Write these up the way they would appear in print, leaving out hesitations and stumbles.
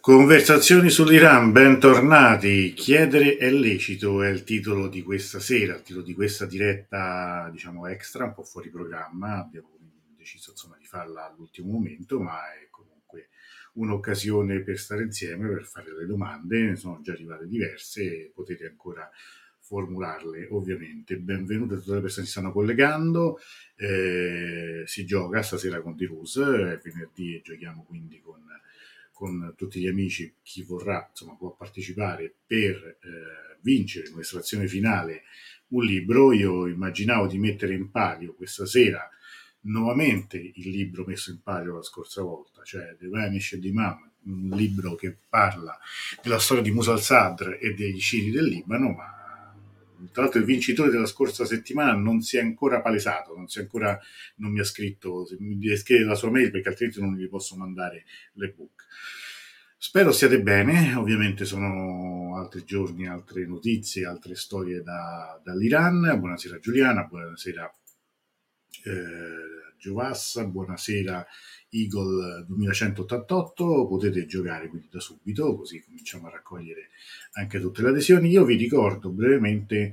Conversazioni sull'Iran, bentornati. Chiedere è lecito è il titolo di questa sera, il titolo di questa diretta, diciamo extra, un po' fuori programma. Abbiamo deciso insomma di farla all'ultimo momento, ma è comunque un'occasione per stare insieme, per fare le domande. Ne sono già arrivate diverse e potete ancora formularle, ovviamente. Benvenute a tutte le persone che si stanno collegando. Si gioca stasera con D-Rus, è venerdì e giochiamo quindi con tutti gli amici. Chi vorrà insomma può partecipare per vincere in un'estrazione finale un libro. Io immaginavo di mettere in palio questa sera nuovamente il libro messo in palio la scorsa volta, cioè The Vanished Imam, un libro che parla della storia di Musa al-Sadr e dei sciiti del Libano, ma tra l'altro il vincitore della scorsa settimana non si è ancora palesato, non mi ha scritto, se mi deve scrivere la sua mail perché altrimenti non gli posso mandare l'ebook. Spero stiate bene, ovviamente sono altri giorni, altre notizie, altre storie dall'Iran. Buonasera Giuliana, buonasera Giovassa, buonasera Eagle 2188. Potete giocare quindi da subito, così cominciamo a raccogliere anche tutte le adesioni. Io vi ricordo brevemente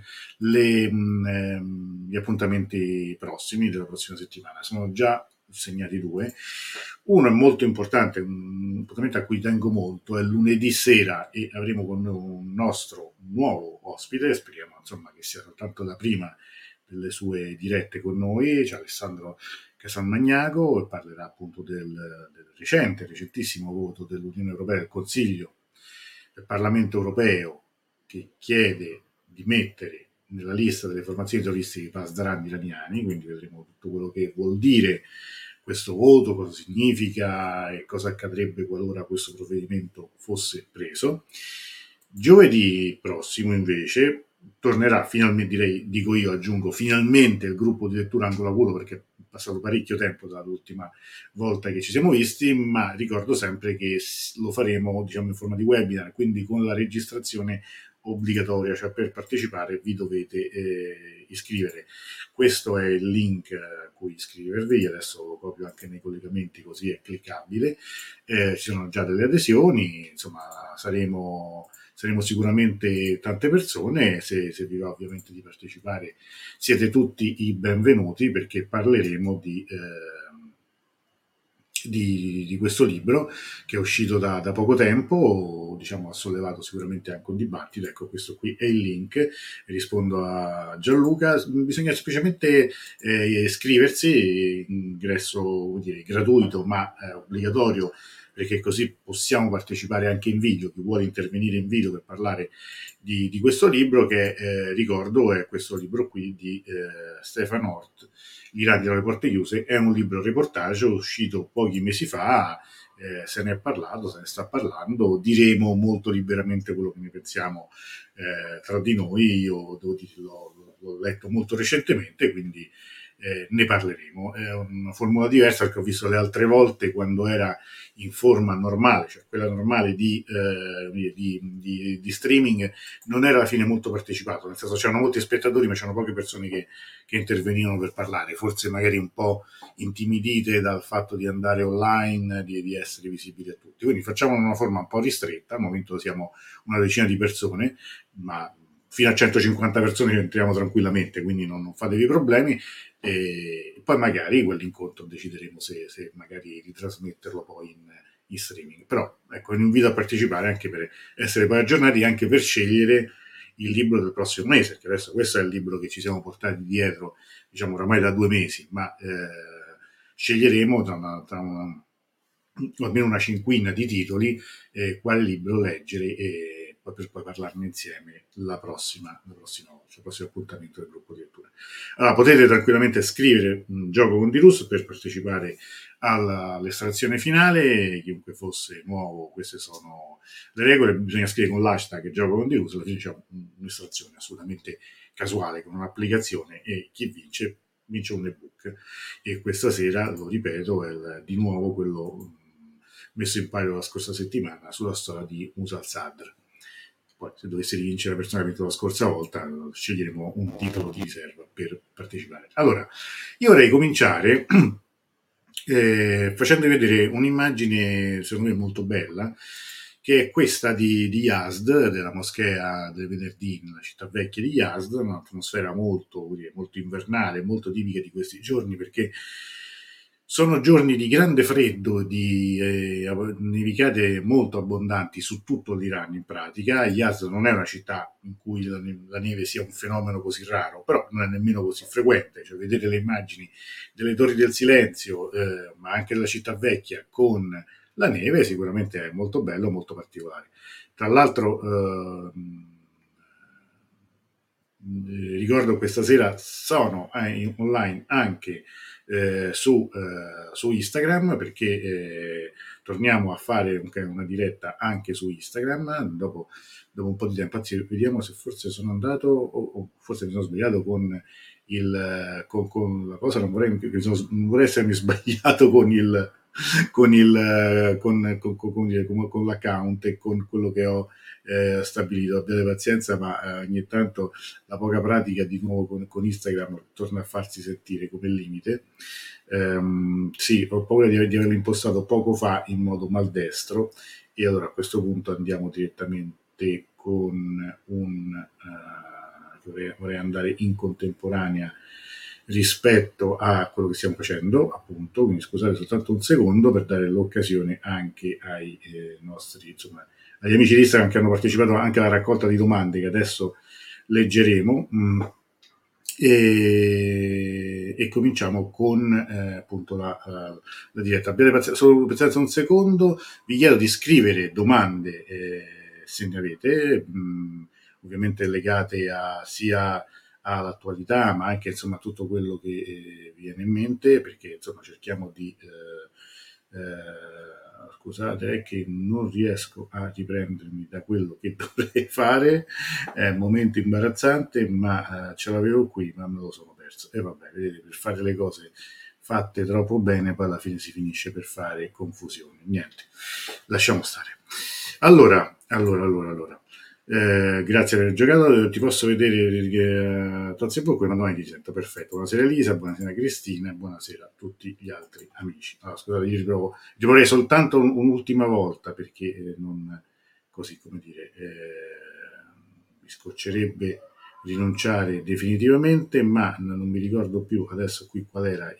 gli appuntamenti prossimi della prossima settimana. Sono già segnati due. Uno è molto importante, un appuntamento a cui tengo molto, è lunedì sera e avremo con noi un nostro nuovo ospite, speriamo insomma che sia soltanto la prima delle sue dirette con noi, c'è Alessandro Casalmagnaco, e parlerà appunto del recentissimo voto dell'Unione Europea, del Consiglio del Parlamento Europeo, che chiede di mettere nella lista delle formazioni terroristiche i pasdaran iraniani, quindi vedremo tutto quello che vuol dire questo voto, cosa significa e cosa accadrebbe qualora questo provvedimento fosse preso. Giovedì prossimo invece tornerà finalmente, dico io, aggiungo finalmente il gruppo di lettura Angolo Lavoro, perché è passato parecchio tempo dall'ultima volta che ci siamo visti, ma ricordo sempre che lo faremo diciamo in forma di webinar, quindi con la registrazione obbligatoria, cioè per partecipare vi dovete iscrivere. Questo è il link a cui iscrivervi, adesso lo copio anche nei collegamenti così è cliccabile. Ci sono già delle adesioni, insomma saremo sicuramente tante persone. Se vi va ovviamente di partecipare siete tutti i benvenuti, perché parleremo di questo libro che è uscito da poco tempo, diciamo ha sollevato sicuramente anche un dibattito. Ecco, questo qui è il link, rispondo a Gianluca. Bisogna semplicemente iscriversi, ingresso vuol dire, gratuito ma obbligatorio, perché così possiamo partecipare anche in video. Chi vuole intervenire in video per parlare di questo libro, che ricordo è questo libro qui di Stefan Hort, L'Iran dietro le porte chiuse. È un libro reportage uscito pochi mesi fa, se ne è parlato, se ne sta parlando, diremo molto liberamente quello che ne pensiamo tra di noi. Io devo dire, l'ho letto molto recentemente, quindi ne parleremo. È una formula diversa, perché ho visto le altre volte quando era in forma normale, cioè quella normale di streaming, non era alla fine molto partecipato, nel senso c'erano molti spettatori ma c'erano poche persone che intervenivano per parlare, forse magari un po' intimidite dal fatto di andare online, di essere visibili a tutti. Quindi facciamo una forma un po' ristretta, al momento siamo una decina di persone, ma fino a 150 persone entriamo tranquillamente, quindi non fatevi problemi. E poi magari quell'incontro decideremo se magari ritrasmetterlo poi in streaming. Però ecco, vi invito a partecipare anche per essere poi aggiornati, anche per scegliere il libro del prossimo mese, perché adesso questo è il libro che ci siamo portati dietro, diciamo oramai da 2 mesi, ma sceglieremo almeno una cinquina di titoli quale libro leggere, e poi per poi parlarne insieme la prossima volta, il prossimo appuntamento del gruppo di lettura. Allora, potete tranquillamente scrivere Gioco con Dirus per partecipare all'estrazione finale. Chiunque fosse nuovo, queste sono le regole. Bisogna scrivere con l'hashtag Gioco con Dirus, alla fine c'è un'estrazione assolutamente casuale con un'applicazione, e chi vince un ebook. E questa sera, lo ripeto, è di nuovo quello messo in palio la scorsa settimana sulla storia di Musa al-Sadr. Poi, se dovesse rivincere la persona che ha vinto la scorsa volta, sceglieremo un titolo di riserva per partecipare. Allora, io vorrei cominciare facendovi vedere un'immagine secondo me molto bella, che è questa di Yazd, della moschea del venerdì nella città vecchia di Yazd, un'atmosfera molto invernale, molto tipica di questi giorni, perché sono giorni di grande freddo, di nevicate molto abbondanti su tutto l'Iran in pratica. Yazd non è una città in cui la neve sia un fenomeno così raro, però non è nemmeno così frequente, cioè vedere le immagini delle torri del silenzio, ma anche della città vecchia con la neve sicuramente è molto bello, molto particolare. Tra l'altro, ricordo questa sera sono online anche su Instagram, perché torniamo a fare una diretta anche su Instagram dopo un po' di tempo. Anzi, vediamo se forse sono andato o forse mi sono sbagliato con la cosa, non vorrei essermi sbagliato con l'account e con quello che ho stabilito. Abbiate pazienza, ma ogni tanto la poca pratica di nuovo con Instagram torna a farsi sentire come limite. Sì, ho paura di averlo impostato poco fa in modo maldestro, e allora a questo punto andiamo direttamente con vorrei andare in contemporanea rispetto a quello che stiamo facendo, appunto, quindi scusate soltanto un secondo per dare l'occasione anche ai nostri, insomma, agli amici di Instagram che hanno partecipato anche alla raccolta di domande che adesso leggeremo. E cominciamo con appunto la diretta. Abbiate pazienza un secondo, vi chiedo di scrivere domande se ne avete, ovviamente legate sia all'attualità, ma anche insomma tutto quello che viene in mente, perché insomma cerchiamo di scusate, è che non riesco a riprendermi da quello che dovrei fare, è un momento imbarazzante, ma ce l'avevo qui, ma me lo sono perso. E vabbè, vedete, per fare le cose fatte troppo bene, poi alla fine si finisce per fare confusione. Niente, lasciamo stare. Allora. Grazie per aver giocato. Ti posso vedere Tozzi e Bocco, ma domani ti sento. Perfetto. Buonasera Elisa, buonasera Cristina e buonasera a tutti gli altri amici. Allora, scusate, io riproverei soltanto un'ultima volta, perché non, così come dire, mi scoccerebbe rinunciare definitivamente, ma non mi ricordo più adesso qui qual era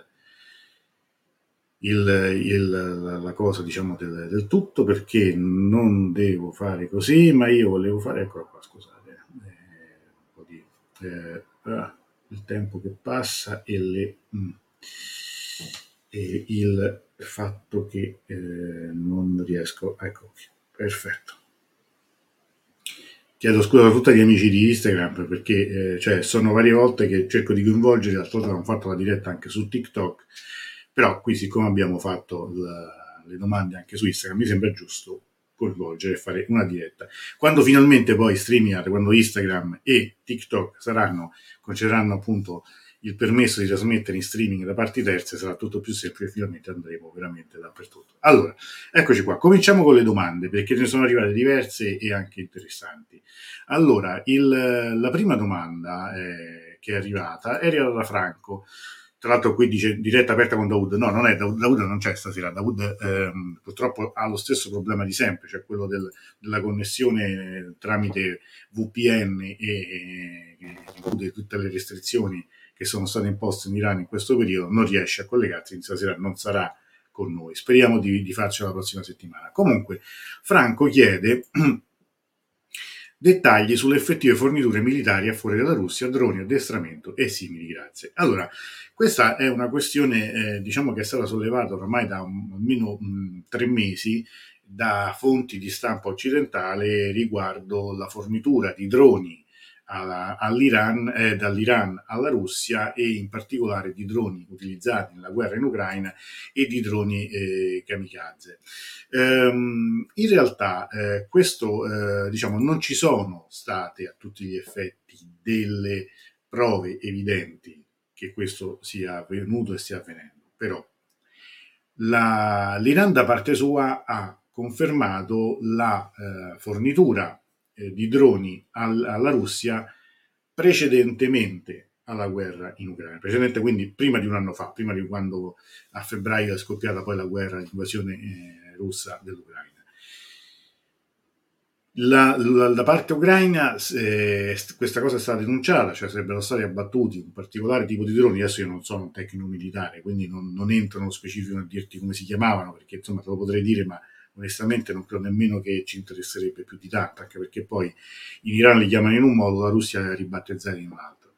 la cosa, diciamo, del tutto, perché non devo fare così, ma io volevo fare, ecco qua, scusate, un po' di il tempo che passa e il fatto che non riesco, ecco qui, perfetto. Chiedo scusa a tutti gli amici di Instagram, perché cioè, sono varie volte che cerco di coinvolgere, l'altra volta abbiamo fatto la diretta anche su TikTok, però qui siccome abbiamo fatto le domande anche su Instagram, mi sembra giusto coinvolgere e fare una diretta. Quando finalmente poi StreamYard, quando Instagram e TikTok concederanno appunto il permesso di trasmettere in streaming da parti terze, sarà tutto più semplice e finalmente andremo veramente dappertutto. Allora, eccoci qua, cominciamo con le domande, perché ne sono arrivate diverse e anche interessanti. Allora, la prima domanda che è arrivata da Franco. Tra l'altro qui dice diretta aperta con Dawood. No, non è Dawood non c'è stasera. Dawood purtroppo ha lo stesso problema di sempre, cioè quello della connessione tramite VPN e tutte le restrizioni che sono state imposte in Iran in questo periodo. Non riesce a collegarsi, quindi stasera non sarà con noi. Speriamo di farcela la prossima settimana. Comunque, Franco chiede dettagli sulle effettive forniture militari a fuori dalla Russia, droni, addestramento e simili. Grazie. Allora, questa è una questione, diciamo, che è stata sollevata ormai da almeno 3 mesi da fonti di stampa occidentale riguardo la fornitura di droni dall'Iran alla Russia, e in particolare di droni utilizzati nella guerra in Ucraina e di droni kamikaze. In realtà questo diciamo, non ci sono state a tutti gli effetti delle prove evidenti che questo sia avvenuto e stia avvenendo, però l'Iran da parte sua ha confermato la fornitura di droni alla Russia precedentemente alla guerra in Ucraina, precedente quindi prima di un anno fa, prima di quando a febbraio è scoppiata poi la guerra, l'invasione russa dell'Ucraina. Da parte ucraina questa cosa è stata denunciata, cioè sarebbero stati abbattuti un particolare tipo di droni. Adesso io non sono un tecnico militare, quindi non entro nello specifico a dirti come si chiamavano, perché insomma te lo potrei dire, ma onestamente non credo nemmeno che ci interesserebbe più di tanto, anche perché poi in Iran li chiamano in un modo, la Russia li ha ribattezzati in un altro.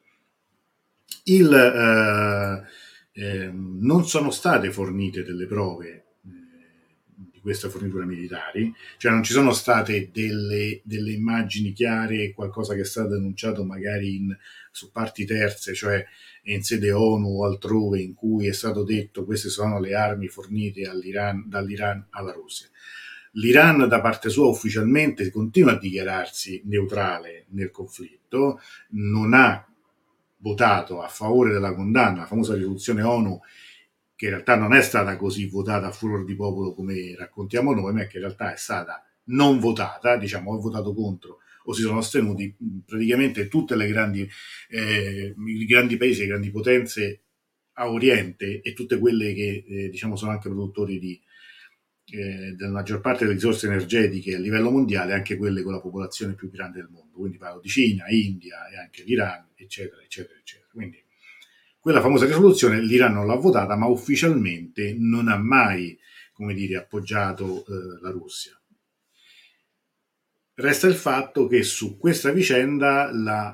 Non sono state fornite delle prove di queste forniture militari, cioè non ci sono state delle immagini chiare, qualcosa che è stato denunciato magari su parti terze, cioè in sede ONU o altrove, in cui è stato detto queste sono le armi fornite dall'Iran alla Russia. L'Iran da parte sua ufficialmente continua a dichiararsi neutrale nel conflitto, non ha votato a favore della condanna, la famosa risoluzione ONU, che in realtà non è stata così votata a furor di popolo come raccontiamo noi, ma che in realtà è stata non votata, diciamo, ho votato contro o si sono astenuti praticamente tutte le i grandi paesi, le grandi potenze a Oriente e tutte quelle che diciamo sono anche produttori della maggior parte delle risorse energetiche a livello mondiale, anche quelle con la popolazione più grande del mondo. Quindi parlo di Cina, India e anche l'Iran, eccetera, eccetera, eccetera. Quindi quella famosa risoluzione l'Iran non l'ha votata, ma ufficialmente non ha mai, come dire, appoggiato la Russia. Resta il fatto che su questa vicenda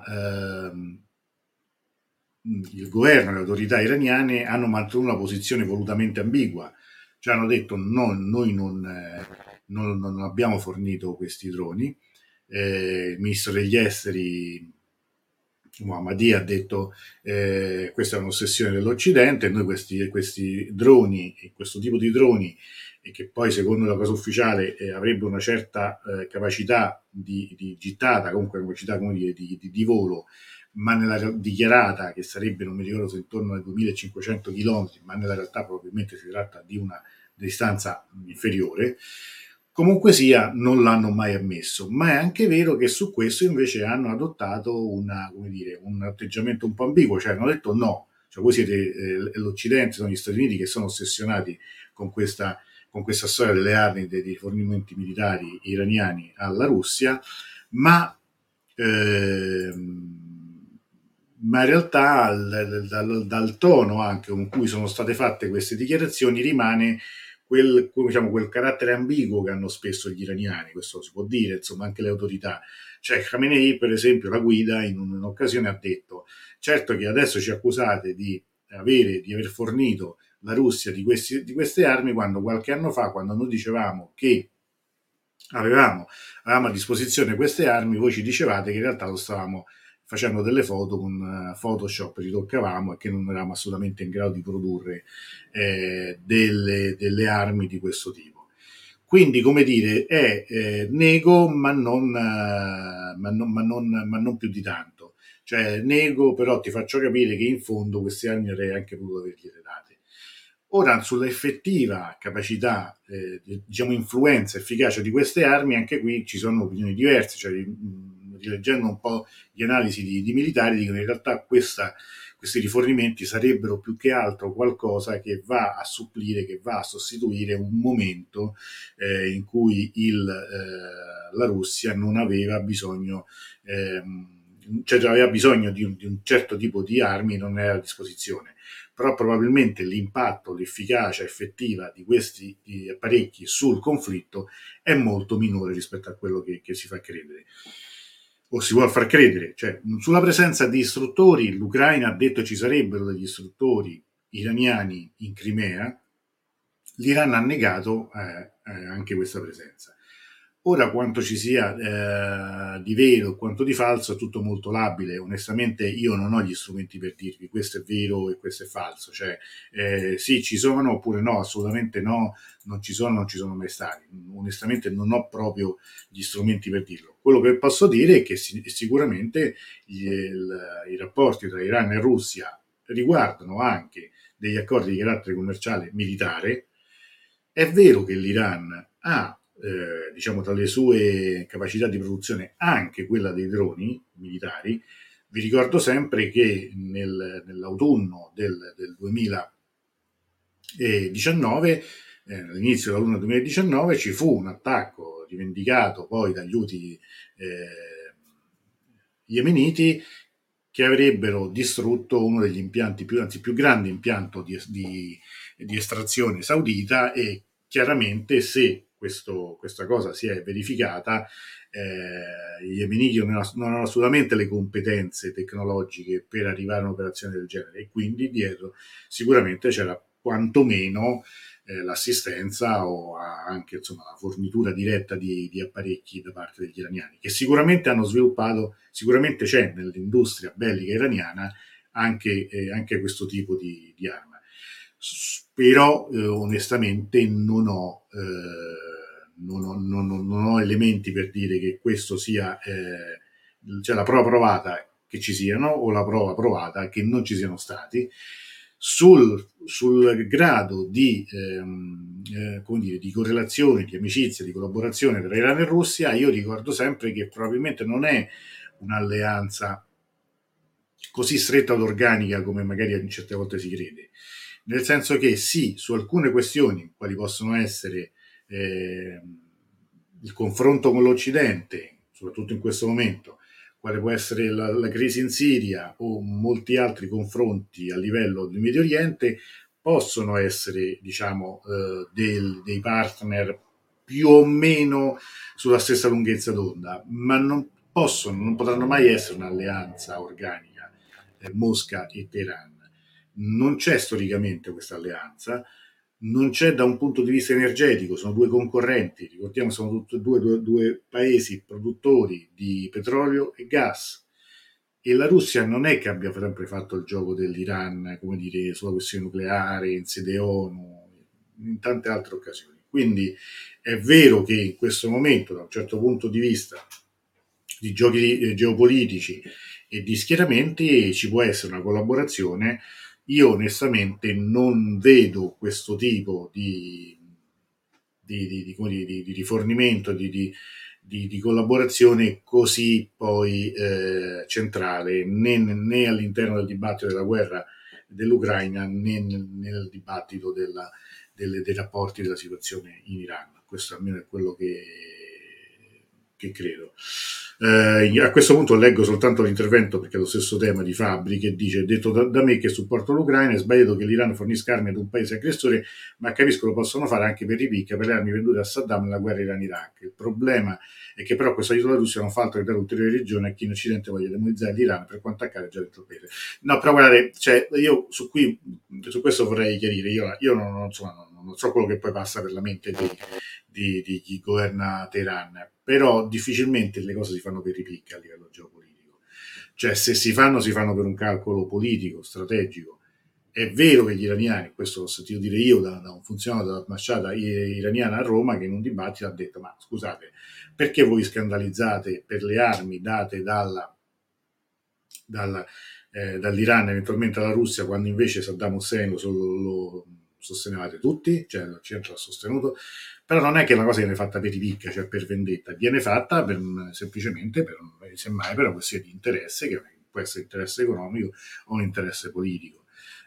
il governo e le autorità iraniane hanno mantenuto una posizione volutamente ambigua, cioè hanno detto no, noi non abbiamo fornito questi droni. Il ministro degli esteri Mohammadi ha detto questa è un'ossessione dell'Occidente, noi questi droni e questo tipo di droni e che poi secondo la cosa ufficiale avrebbe una certa capacità di gittata, comunque capacità come dire, di volo, ma nella dichiarata che sarebbe, non mi ricordo se intorno ai 2500 km, ma nella realtà probabilmente si tratta di una distanza inferiore. Comunque sia, non l'hanno mai ammesso, ma è anche vero che su questo invece hanno adottato come dire, un atteggiamento un po' ambiguo, cioè hanno detto no, cioè voi siete l'Occidente, sono gli Stati Uniti che sono ossessionati con questa storia delle armi, dei fornimenti militari iraniani alla Russia, ma, ma in realtà dal tono anche con cui sono state fatte queste dichiarazioni rimane diciamo, quel carattere ambiguo che hanno spesso gli iraniani, questo si può dire, insomma anche le autorità. Cioè Khamenei, per esempio, la guida in un'occasione ha detto certo che adesso ci accusate di aver fornito la Russia di queste armi quando qualche anno fa, quando noi dicevamo che avevamo, avevamo a disposizione queste armi, voi ci dicevate che in realtà lo stavamo facendo delle foto con Photoshop, ritoccavamo e che non eravamo assolutamente in grado di produrre delle armi di questo tipo. Quindi, come dire, è nego, ma non più di tanto. Cioè, nego, però ti faccio capire che in fondo queste armi avrei anche potuto avergliele date. Ora, sull'effettiva capacità, diciamo, influenza, efficacia di queste armi, anche qui ci sono opinioni diverse, cioè, rileggendo un po' di analisi di militari, dicono in realtà questi rifornimenti sarebbero più che altro qualcosa che va a supplire, che va a sostituire un momento in cui la Russia non aveva bisogno, cioè aveva bisogno di un certo tipo di armi e non era a disposizione. Però probabilmente l'impatto, l'efficacia effettiva di questi apparecchi sul conflitto è molto minore rispetto a quello che si fa credere o si vuole far credere. Cioè, sulla presenza di istruttori, l'Ucraina ha detto ci sarebbero degli istruttori iraniani in Crimea, l'Iran ha negato anche questa presenza. Ora, quanto ci sia di vero e quanto di falso è tutto molto labile. Onestamente, io non ho gli strumenti per dirvi questo è vero e questo è falso. Cioè, sì, ci sono oppure no, assolutamente no, non ci sono mai stati. Onestamente, non ho proprio gli strumenti per dirlo. Quello che posso dire è che sicuramente i rapporti tra Iran e Russia riguardano anche degli accordi di carattere commerciale militare. È vero che l'Iran ha, diciamo, tra le sue capacità di produzione anche quella dei droni militari. Vi ricordo sempre che nell'autunno del 2019, all'inizio dell'autunno 2019, ci fu un attacco rivendicato poi dagli Houthi yemeniti, che avrebbero distrutto uno degli impianti anzi più grande impianto di estrazione saudita, e chiaramente se questa cosa si è verificata, gli yemeniti non hanno assolutamente le competenze tecnologiche per arrivare a un'operazione del genere, e quindi dietro sicuramente c'era quantomeno l'assistenza o anche insomma, la fornitura diretta di apparecchi da parte degli iraniani, che sicuramente hanno sviluppato, sicuramente c'è nell'industria bellica iraniana anche questo tipo di arma. Però onestamente non ho elementi per dire che questo sia cioè la prova provata che ci siano o la prova provata che non ci siano stati. Sul grado come dire, di correlazione, di amicizia, di collaborazione tra Iran e Russia, io ricordo sempre che probabilmente non è un'alleanza così stretta ed organica come magari certe volte si crede, nel senso che sì, su alcune questioni, quali possono essere il confronto con l'Occidente, soprattutto in questo momento, quale può essere la crisi in Siria o molti altri confronti a livello del Medio Oriente, possono essere, diciamo, dei partner più o meno sulla stessa lunghezza d'onda, ma non potranno mai essere un'alleanza organica, Mosca e Teheran. Non c'è storicamente questa alleanza, non c'è da un punto di vista energetico, sono due concorrenti, ricordiamo sono tutti e due paesi produttori di petrolio e gas, e la Russia non è che abbia sempre fatto il gioco dell'Iran, come dire, sulla questione nucleare, in sede ONU, in tante altre occasioni. Quindi è vero che in questo momento, da un certo punto di vista, di giochi geopolitici e di schieramenti, ci può essere una collaborazione. Io onestamente non vedo questo tipo di rifornimento, di collaborazione così poi centrale né all'interno del dibattito della guerra dell'Ucraina né nel dibattito dei rapporti della situazione in Iran. Questo almeno è quello che credo. A questo punto leggo soltanto l'intervento, perché è lo stesso tema, di Fabri, che dice: detto da me che supporto l'Ucraina, è sbagliato che l'Iran fornisca armi ad un paese aggressore, ma capisco lo possono fare anche per i ripicca, per le armi vendute a Saddam nella guerra Iran-Iraq. Il problema è che però questo aiuto della Russia non fa altro che dare ulteriori regioni a chi in Occidente voglia demonizzare l'Iran per quanto accade già dentro il paese. No, però guardate, cioè, io su questo vorrei chiarire, io non so quello che poi passa per la mente di chi governa Teheran, però difficilmente le cose si fanno per ripicca a livello geopolitico. Cioè, se si fanno per un calcolo politico, strategico. È vero che gli iraniani, questo l'ho sentito dire io da un funzionario dell'ambasciata iraniana a Roma, che in un dibattito ha detto: ma scusate, perché voi scandalizzate per le armi date dall'Iran eventualmente alla Russia, quando invece Saddam Hussein lo sostenevate tutti, cioè l'Occidente l'ha sostenuto? Però non è che è una cosa che viene fatta per ripicca, cioè per vendetta, viene fatta semplicemente semmai per una questione di interesse, che può essere interesse economico o un interesse politico.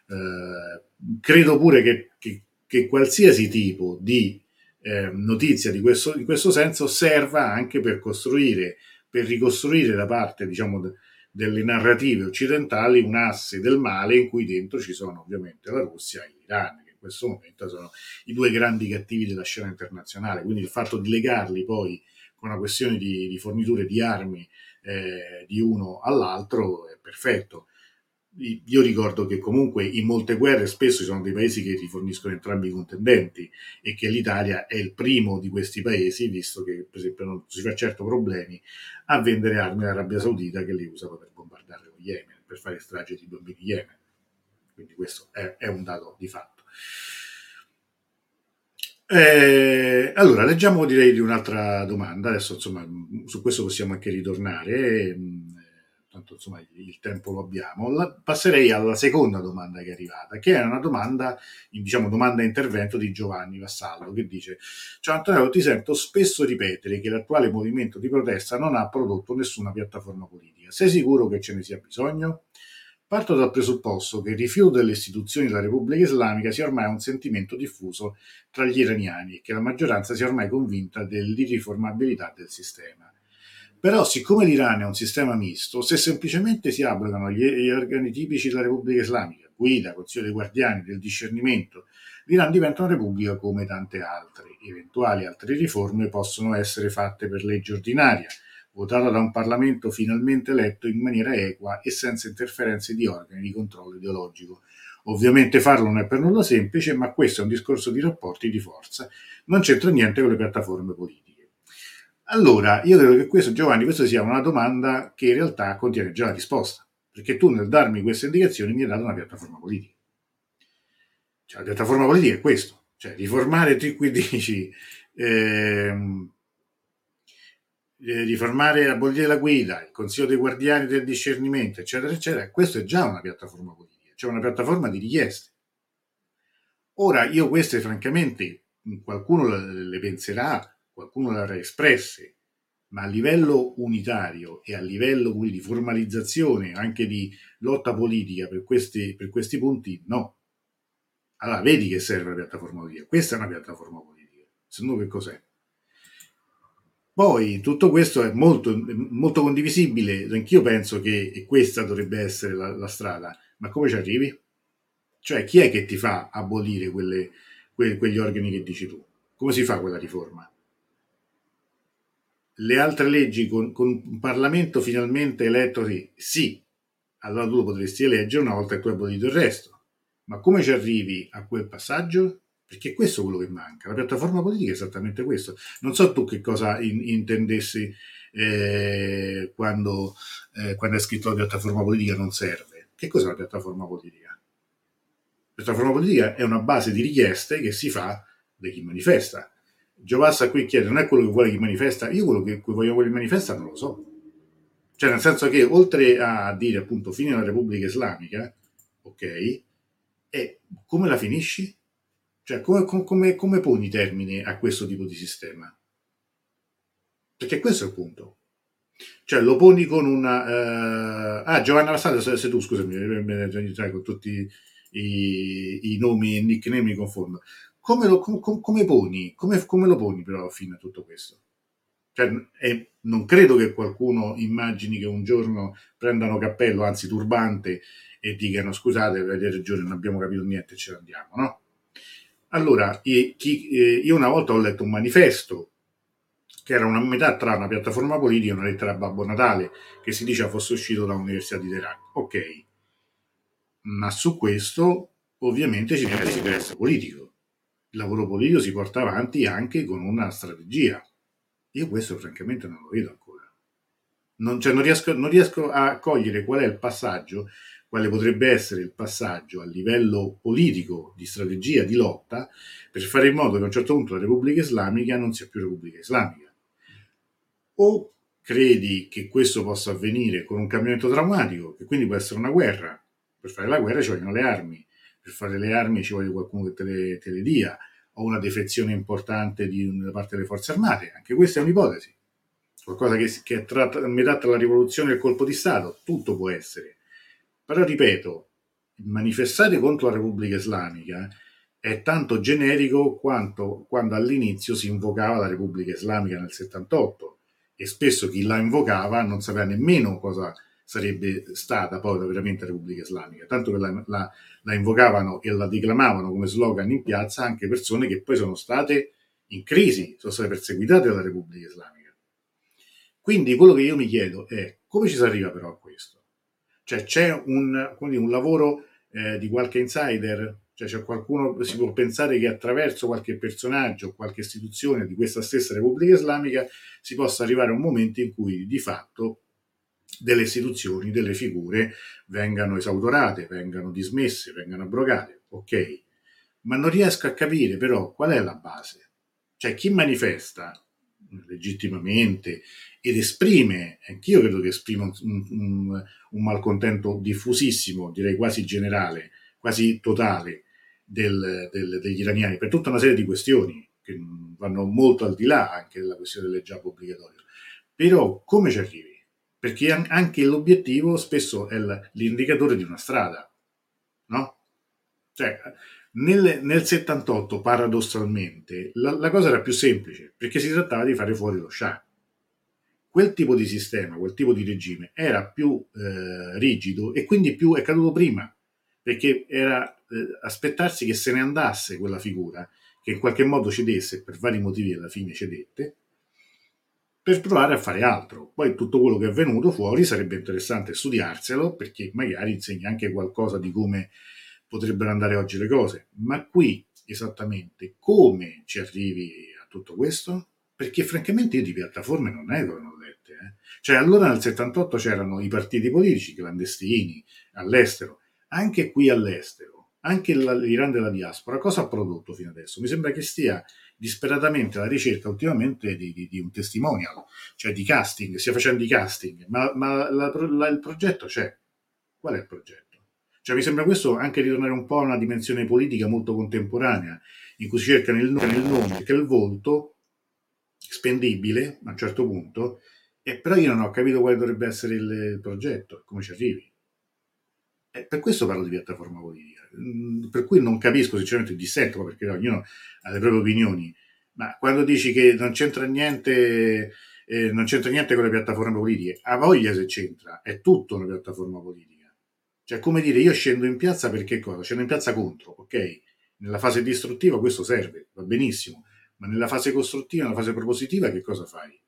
Credo pure che qualsiasi tipo di notizia in questo senso serva anche per ricostruire da parte, diciamo, delle narrative occidentali un asse del male in cui dentro ci sono ovviamente la Russia e l'Iran, che in questo momento sono i due grandi cattivi della scena internazionale. Quindi il fatto di legarli poi con una questione di forniture di armi di uno all'altro è perfetto. Io ricordo che comunque in molte guerre spesso ci sono dei paesi che riforniscono entrambi i contendenti, e che l'Italia è il primo di questi paesi, visto che per esempio non si fa certo problemi a vendere armi all'Arabia Saudita, che li usava per bombardare lo Yemen, per fare strage di bambini Yemen. Quindi questo è un dato di fatto. Allora, leggiamo direi di un'altra domanda. Adesso insomma su questo possiamo anche ritornare, tanto insomma il tempo lo abbiamo. Passerei alla seconda domanda che è arrivata, che è una domanda, diciamo domanda intervento di Giovanni Vassallo, che dice: ciao Antonello, ti sento spesso ripetere che l'attuale movimento di protesta non ha prodotto nessuna piattaforma politica. Sei sicuro che ce ne sia bisogno? Parto dal presupposto che il rifiuto delle istituzioni della Repubblica Islamica sia ormai un sentimento diffuso tra gli iraniani e che la maggioranza sia ormai convinta dell'irriformabilità del sistema. Però, siccome l'Iran è un sistema misto, se semplicemente si abrogano gli organi tipici della Repubblica Islamica, guida, consiglio dei guardiani, del discernimento, l'Iran diventa una repubblica come tante altre. Eventuali altre riforme possono essere fatte per legge ordinaria, votata da un Parlamento finalmente eletto in maniera equa e senza interferenze di organi di controllo ideologico. Ovviamente farlo non è per nulla semplice, ma questo è un discorso di rapporti di forza, non c'entra niente con le piattaforme politiche. Allora, io credo che questo, Giovanni, questa sia una domanda che in realtà contiene già la risposta, perché tu nel darmi queste indicazioni mi hai dato una piattaforma politica. Cioè, la piattaforma politica è questo, cioè riformare T15, ehm, riformare, abolire la guida, il consiglio dei guardiani del discernimento, eccetera, eccetera, questo è già una piattaforma politica, cioè una piattaforma di richieste. Ora, io queste, francamente, qualcuno le penserà, qualcuno le avrà espresse, ma a livello unitario e a livello di formalizzazione, anche di lotta politica per questi punti, no. Allora, vedi che serve la piattaforma politica. Questa è una piattaforma politica. Se no, che cos'è? Poi tutto questo è molto condivisibile, anch'io penso che questa dovrebbe essere la strada, ma come ci arrivi? Cioè, chi è che ti fa abolire quegli organi che dici tu? Come si fa quella riforma? Le altre leggi con un Parlamento finalmente eletto, sì, sì, allora tu lo potresti eleggere una volta che tu hai abolito il resto. Ma come ci arrivi a quel passaggio? Perché questo è quello che manca. La piattaforma politica è esattamente questo. Non so tu che cosa intendessi quando hai scritto la piattaforma politica non serve. Che cos'è la piattaforma politica? La piattaforma politica è una base di richieste che si fa da chi manifesta. Giovassa qui chiede, non è quello che vuole chi manifesta, io quello che voglio chi manifesta non lo so. Cioè, nel senso che oltre a dire appunto fine della Repubblica Islamica, ok, e come la finisci? Cioè, come poni termine a questo tipo di sistema? Perché questo è il punto. Cioè, lo poni con una... Giovanna Massata, sei tu, scusami, con tutti i nomi e nickname mi confondo. Come poni? Come lo poni però fine a tutto questo? Cioè, non credo che qualcuno immagini che un giorno prendano cappello, anzi turbante, e dicano scusate, avete ragione, non abbiamo capito niente, ce ne andiamo, no? Allora, io una volta ho letto un manifesto che era una metà tra una piattaforma politica e una lettera a Babbo Natale, che si diceva fosse uscito dall'Università di Teheran. Ok, ma su questo ovviamente ci deve essere interesse politico. Il lavoro politico si porta avanti anche con una strategia. Io questo francamente non lo vedo ancora. Non riesco a cogliere qual è il passaggio, quale potrebbe essere il passaggio a livello politico, di strategia, di lotta, per fare in modo che a un certo punto la Repubblica Islamica non sia più Repubblica Islamica. O credi che questo possa avvenire con un cambiamento traumatico, che quindi può essere una guerra? Per fare la guerra ci vogliono le armi, per fare le armi ci vuole qualcuno che te le dia, o una defezione importante da parte delle forze armate, anche questa è un'ipotesi. Qualcosa che è a metà tra la rivoluzione e il colpo di Stato, tutto può essere. Però ripeto, manifestare contro la Repubblica Islamica è tanto generico quanto quando all'inizio si invocava la Repubblica Islamica nel 78 e spesso chi la invocava non sapeva nemmeno cosa sarebbe stata poi veramente la Repubblica Islamica, tanto che la invocavano e la declamavano come slogan in piazza anche persone che poi sono state in crisi, sono state perseguitate dalla Repubblica Islamica. Quindi quello che io mi chiedo è come ci si arriva però a questo? Cioè c'è un lavoro di qualche insider? Cioè c'è qualcuno, si può pensare che attraverso qualche personaggio, qualche istituzione di questa stessa Repubblica Islamica si possa arrivare a un momento in cui di fatto delle istituzioni, delle figure vengano esautorate, vengano dismesse, vengano abrogate, ok? Ma non riesco a capire però qual è la base. Cioè chi manifesta legittimamente ed esprime, anch'io credo che esprima un malcontento diffusissimo, direi quasi generale, quasi totale degli iraniani per tutta una serie di questioni che vanno molto al di là anche della questione dell'hijab obbligatorio. Però come ci arrivi? perché anche l'obiettivo spesso è l'indicatore di una strada, no? Cioè, nel 78, paradossalmente, la cosa era più semplice, perché si trattava di fare fuori lo Shah. Quel tipo di sistema, quel tipo di regime era più rigido e quindi più è caduto prima, perché era aspettarsi che se ne andasse quella figura, che in qualche modo cedesse, per vari motivi alla fine cedette, per provare a fare altro. Poi tutto quello che è venuto fuori sarebbe interessante studiarselo, perché magari insegna anche qualcosa di come potrebbero andare oggi le cose. Ma qui esattamente come ci arrivi a tutto questo? Perché francamente io di piattaforme non ho lette. Cioè allora nel 78 c'erano i partiti politici clandestini all'estero, anche qui all'estero, anche l'Iran della diaspora. Cosa ha prodotto fino adesso? Mi sembra che stia disperatamente alla ricerca ultimamente di un testimonial, cioè di casting, stia facendo di casting, ma il progetto c'è. Qual è il progetto? Cioè mi sembra questo anche ritornare un po' a una dimensione politica molto contemporanea, in cui si cerca nel nome, cerca il volto, spendibile a un certo punto, e però io non ho capito quale dovrebbe essere il progetto, come ci arrivi. E per questo parlo di piattaforma politica. Per cui non capisco sinceramente il dissenso, perché ognuno ha le proprie opinioni, ma quando dici che non c'entra niente con le piattaforme politiche, ha voglia se c'entra, è tutto una piattaforma politica. Cioè, come dire, io scendo in piazza perché cosa? Scendo in piazza contro, ok? Nella fase distruttiva questo serve, va benissimo, ma nella fase costruttiva, nella fase propositiva, che cosa fai?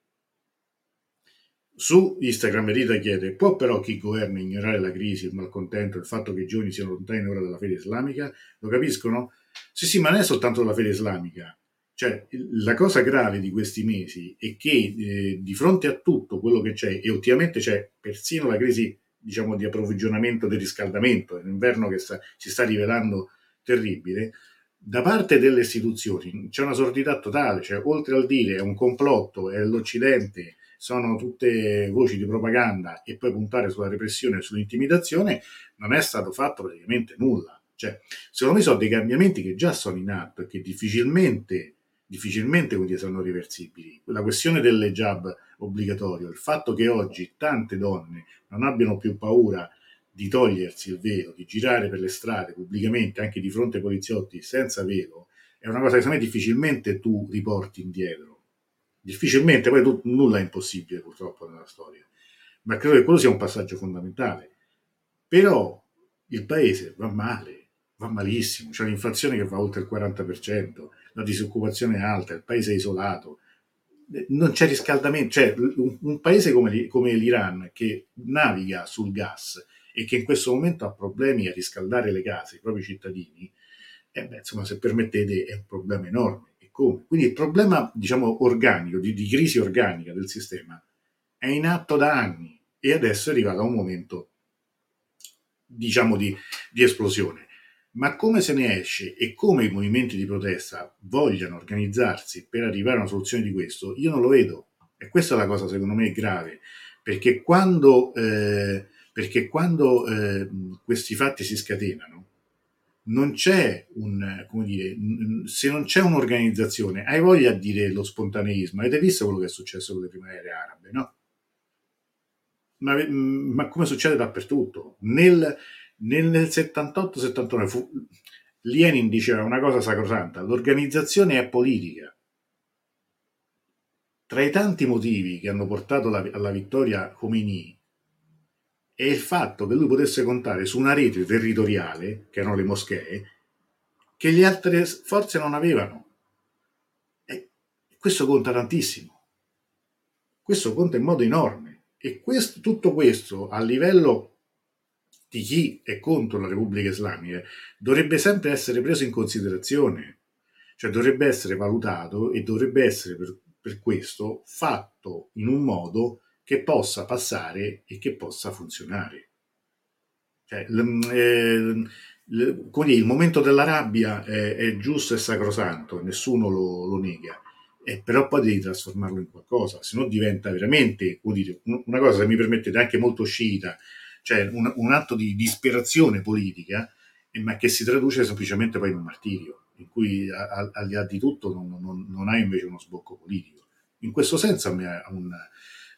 Su Instagram Rita chiede: può però chi governa ignorare la crisi, il malcontento, il fatto che i giovani siano lontani ora dalla fede islamica? Lo capiscono? Sì, sì, ma non è soltanto la fede islamica. Cioè, la cosa grave di questi mesi è che di fronte a tutto quello che c'è, e ultimamente c'è persino la crisi, diciamo, di approvvigionamento del riscaldamento, è un inverno che si sta rivelando terribile, da parte delle istituzioni c'è una sordità totale, cioè oltre al dire è un complotto, è l'Occidente, sono tutte voci di propaganda e poi puntare sulla repressione e sull'intimidazione, non è stato fatto praticamente nulla. Cioè, secondo me sono dei cambiamenti che già sono in atto e che difficilmente quindi saranno reversibili. La questione delle jab obbligatorio, il fatto che oggi tante donne non abbiano più paura di togliersi il velo, di girare per le strade pubblicamente anche di fronte ai poliziotti senza velo, è una cosa che secondo me difficilmente tu riporti indietro. Difficilmente, poi nulla è impossibile purtroppo nella storia, ma credo che quello sia un passaggio fondamentale. Però il paese va male, va malissimo, c'è un'inflazione che va oltre il 40%, la disoccupazione è alta, il paese è isolato, non c'è riscaldamento, cioè un paese come l'Iran che naviga sul gas e che in questo momento ha problemi a riscaldare le case, i propri cittadini, beh, insomma, se permettete, è un problema enorme. E come? Quindi il problema, diciamo, organico, di crisi organica del sistema è in atto da anni e adesso è arrivato a un momento, diciamo, di esplosione. Ma come se ne esce e come i movimenti di protesta vogliano organizzarsi per arrivare a una soluzione di questo, io non lo vedo. E questa è la cosa, secondo me, grave, perché quando questi fatti si scatenano, non c'è come dire, se non c'è un'organizzazione, hai voglia di dire lo spontaneismo. Avete visto quello che è successo con le primavere arabe, no? Ma come succede dappertutto. Nel 78-79 Lenin diceva una cosa sacrosanta: l'organizzazione è politica. Tra i tanti motivi che hanno portato alla vittoria Khomeini è il fatto che lui potesse contare su una rete territoriale, che erano le moschee, che le altre forze non avevano. E questo conta tantissimo. Questo conta in modo enorme. E tutto questo a livello di chi è contro la Repubblica Islamica dovrebbe sempre essere preso in considerazione, cioè dovrebbe essere valutato e dovrebbe essere per questo fatto in un modo che possa passare e che possa funzionare. Cioè, come dire, il momento della rabbia è giusto e sacrosanto, nessuno lo nega, però poi devi trasformarlo in qualcosa, se no diventa veramente, come dire, una cosa, se mi permettete, anche molto sciita, cioè un atto di disperazione politica, ma che si traduce semplicemente poi in un martirio, in cui al di là di tutto non hai invece uno sbocco politico. In questo senso a me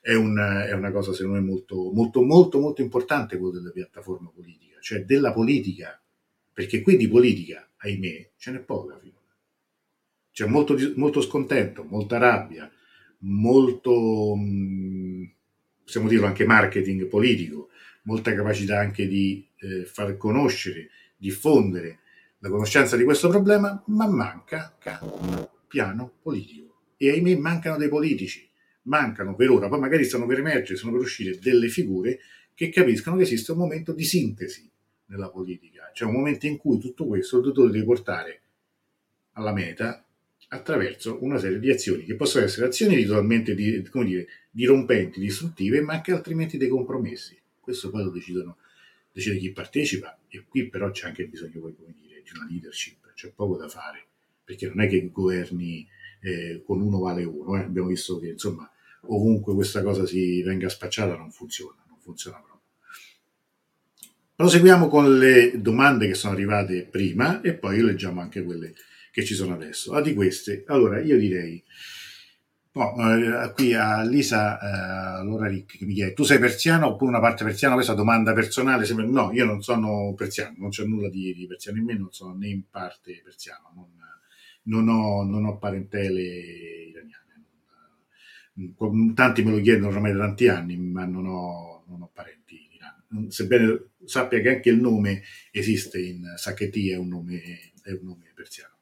è una cosa secondo me molto, molto, molto, molto importante, quello della piattaforma politica, cioè della politica, perché qui di politica, ahimè, ce n'è poca finora. C'è molto, molto scontento, molta rabbia, molto, possiamo dirlo anche marketing politico, molta capacità anche di far conoscere, diffondere la conoscenza di questo problema, ma manca un piano politico. E ahimè mancano dei politici, mancano per ora, poi magari stanno per emergere, stanno per uscire delle figure che capiscono che esiste un momento di sintesi nella politica, cioè un momento in cui tutto questo tu lo devi portare alla meta attraverso una serie di azioni che possono essere azioni totalmente come dire, dirompenti, distruttive, ma anche altrimenti dei compromessi. Questo poi lo decide chi partecipa, e qui però c'è anche bisogno poi, come dire, di una leadership, c'è poco da fare, perché non è che governi con uno vale uno, abbiamo visto che insomma ovunque questa cosa si venga spacciata non funziona, non funziona proprio. Proseguiamo con le domande che sono arrivate prima e poi leggiamo anche quelle che ci sono adesso. Di queste, allora io direi, no, qui a Lisa allora Rick che mi chiede, tu sei persiano oppure una parte persiana? Questa domanda personale, no, io non sono persiano, non c'è nulla di persiano in me, non sono né in parte persiano, non ho parentele iraniane. Tanti me lo chiedono ormai da tanti anni, ma non ho parenti in Iran. Sebbene sappia che anche il nome esiste in Sacchetti, è un nome persiano.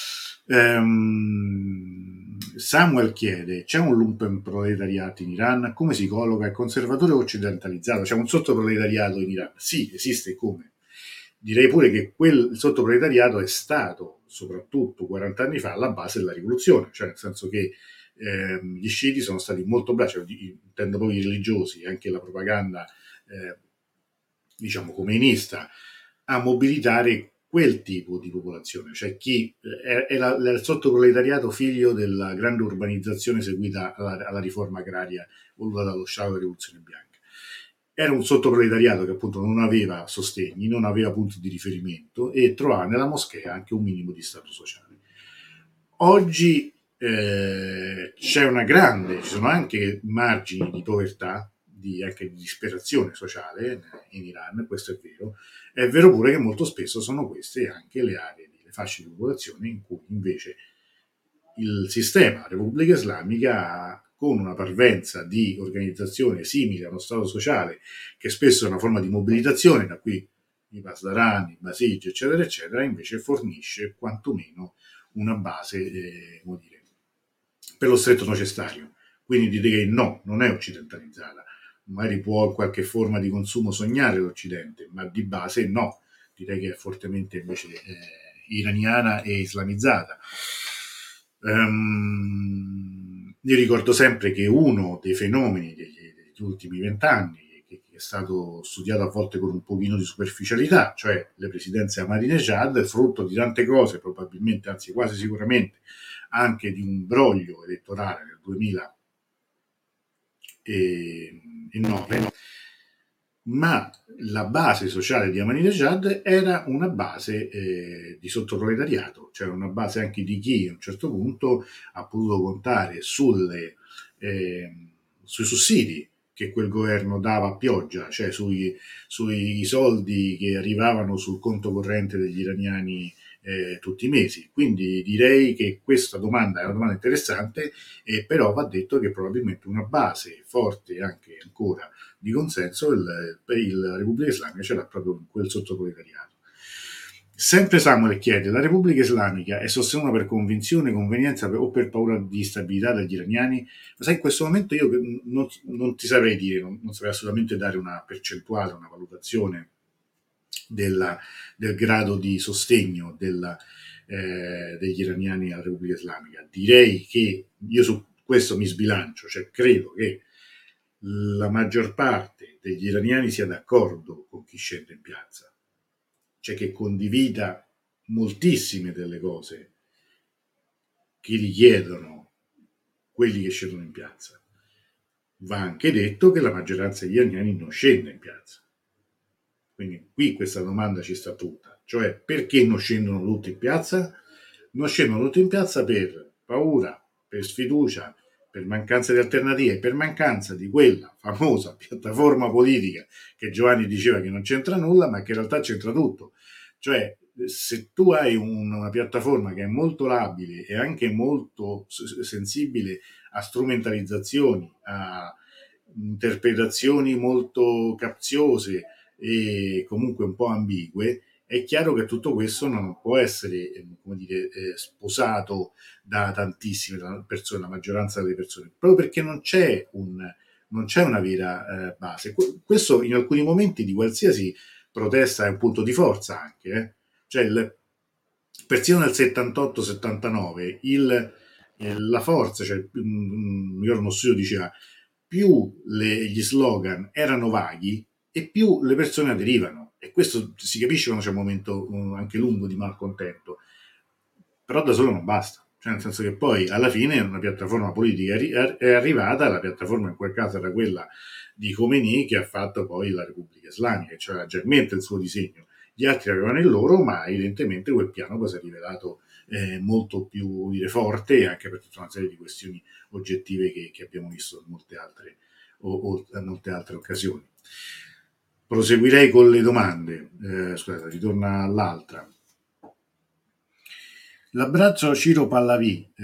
Samuel chiede: c'è un lumpenproletariato in Iran? Come si colloca? È conservatore o occidentalizzato? C'è un sottoproletariato in Iran? Sì, esiste come. Direi pure che quel sottoproletariato è stato, soprattutto 40 anni fa, alla base della rivoluzione, cioè nel senso che gli sciiti sono stati molto bravi, cioè, intendo proprio i religiosi, anche la propaganda diciamo comunista, a mobilitare quel tipo di popolazione, cioè chi era il sottoproletariato figlio della grande urbanizzazione seguita alla riforma agraria voluta dallo Scià della rivoluzione bianca. Era un sottoproletariato che appunto non aveva sostegni, non aveva punti di riferimento e trovava nella moschea anche un minimo di stato sociale. Oggi c'è una grande, ci sono anche margini di povertà, anche di disperazione sociale in Iran, questo è vero. È vero pure che molto spesso sono queste anche le aree, le fasce di popolazione in cui invece il sistema Repubblica Islamica, con una parvenza di organizzazione simile a uno Stato sociale, che spesso è una forma di mobilitazione, da qui i Pasdaran, i Basij, eccetera, eccetera, invece fornisce quantomeno una base dire, per lo stretto necessario. Quindi direi che no, non è occidentalizzata. Magari può in qualche forma di consumo sognare l'Occidente, ma di base no. Direi che è fortemente invece iraniana e islamizzata. Io ricordo sempre che uno dei fenomeni degli ultimi 20 anni, che è stato studiato a volte con un pochino di superficialità, cioè le presidenze Ahmadinejad, frutto di tante cose, probabilmente, anzi quasi sicuramente, anche di un broglio elettorale nel 2009, ma la base sociale di Ahmadinejad era una base di sottoproletariato, cioè una base anche di chi a un certo punto ha potuto contare sui sussidi che quel governo dava a pioggia, cioè sui soldi che arrivavano sul conto corrente degli iraniani tutti i mesi. Quindi direi che questa domanda è una domanda interessante, però va detto che probabilmente una base forte anche ancora di consenso il Repubblica Islamica ce l'ha proprio in quel sottoproletariato. Sempre Samuel chiede: la Repubblica Islamica è sostenuta per convinzione, convenienza o per paura di instabilità dagli iraniani? Ma sai, in questo momento io non ti saprei dire, non saprei assolutamente dare una percentuale, una valutazione del grado di sostegno degli iraniani alla Repubblica Islamica. Direi che io su questo mi sbilancio, cioè credo che la maggior parte degli iraniani sia d'accordo con chi scende in piazza, cioè che condivida moltissime delle cose che gli chiedono quelli che scendono in piazza. Va anche detto che la maggioranza degli iraniani non scende in piazza. Quindi qui questa domanda ci sta tutta, cioè perché non scendono tutti in piazza? Non scendono tutti in piazza per paura, per sfiducia, per mancanza di alternative, per mancanza di quella famosa piattaforma politica che Giovanni diceva che non c'entra nulla, ma che in realtà c'entra tutto. Cioè, se tu hai una piattaforma che è molto labile e anche molto sensibile a strumentalizzazioni, a interpretazioni molto capziose e comunque un po' ambigue, è chiaro che tutto questo non può essere, come dire, sposato da tantissime persone, la maggioranza delle persone, proprio perché non c'è una vera base. Questo in alcuni momenti di qualsiasi protesta è un punto di forza anche, cioè persino nel 78-79 la forza, cioè uno studio diceva più gli slogan erano vaghi e più le persone aderivano, e questo si capisce quando c'è un momento anche lungo di malcontento, però da solo non basta, cioè nel senso che poi alla fine una piattaforma politica è arrivata, la piattaforma in quel caso era quella di Khomeini, che ha fatto poi la Repubblica Islamica, cioè già in mente il suo disegno, gli altri avevano il loro, ma evidentemente quel piano poi si è rivelato molto più forte, anche per tutta una serie di questioni oggettive che abbiamo visto in molte altre occasioni. Proseguirei con le domande. Scusate, ritorna all'altra. L'abbraccio Ciro Pallavi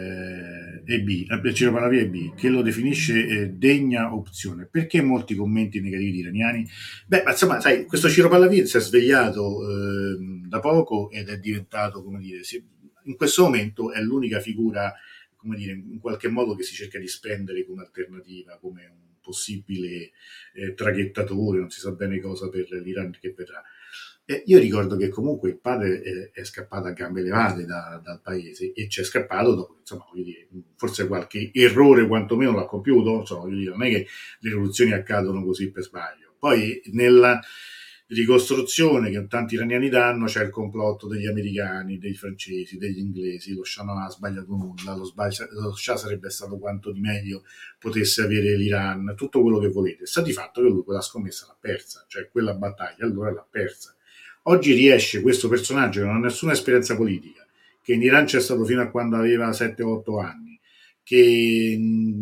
Ciro Pallavi e B, che lo definisce degna opzione. Perché molti commenti negativi di iraniani? Beh, ma insomma, sai, questo Ciro Pallavi si è svegliato da poco ed è diventato, come dire, in questo momento è l'unica figura, come dire, in qualche modo che si cerca di spendere come alternativa, come un possibile traghettatore, non si sa bene cosa per l'Iran che verrà. Io ricordo che comunque il padre è scappato a gambe levate dal paese e c'è scappato dopo, insomma, voglio dire, forse qualche errore quantomeno l'ha compiuto, insomma, voglio dire, non è che le rivoluzioni accadono così per sbaglio. Poi nella ricostruzione che tanti iraniani danno c'è il complotto degli americani, dei francesi, degli inglesi, lo Shah non ha sbagliato nulla, lo Shah sarebbe stato quanto di meglio potesse avere l'Iran, tutto quello che volete. Sta di fatto che lui quella scommessa l'ha persa, cioè quella battaglia allora l'ha persa. Oggi riesce questo personaggio che non ha nessuna esperienza politica, che in Iran c'è stato fino a quando aveva 7-8 anni, che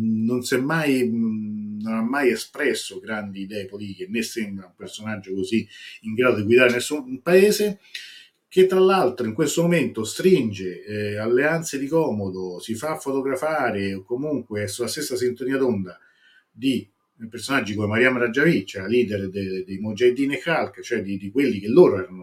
non ha mai espresso grandi idee politiche, né sembra un personaggio così in grado di guidare nessun paese, che tra l'altro in questo momento stringe alleanze di comodo, si fa fotografare o comunque è sulla stessa sintonia d'onda di personaggi come Mariam Rajavi, cioè la leader dei Mujahideen e Khalq, cioè di quelli che loro erano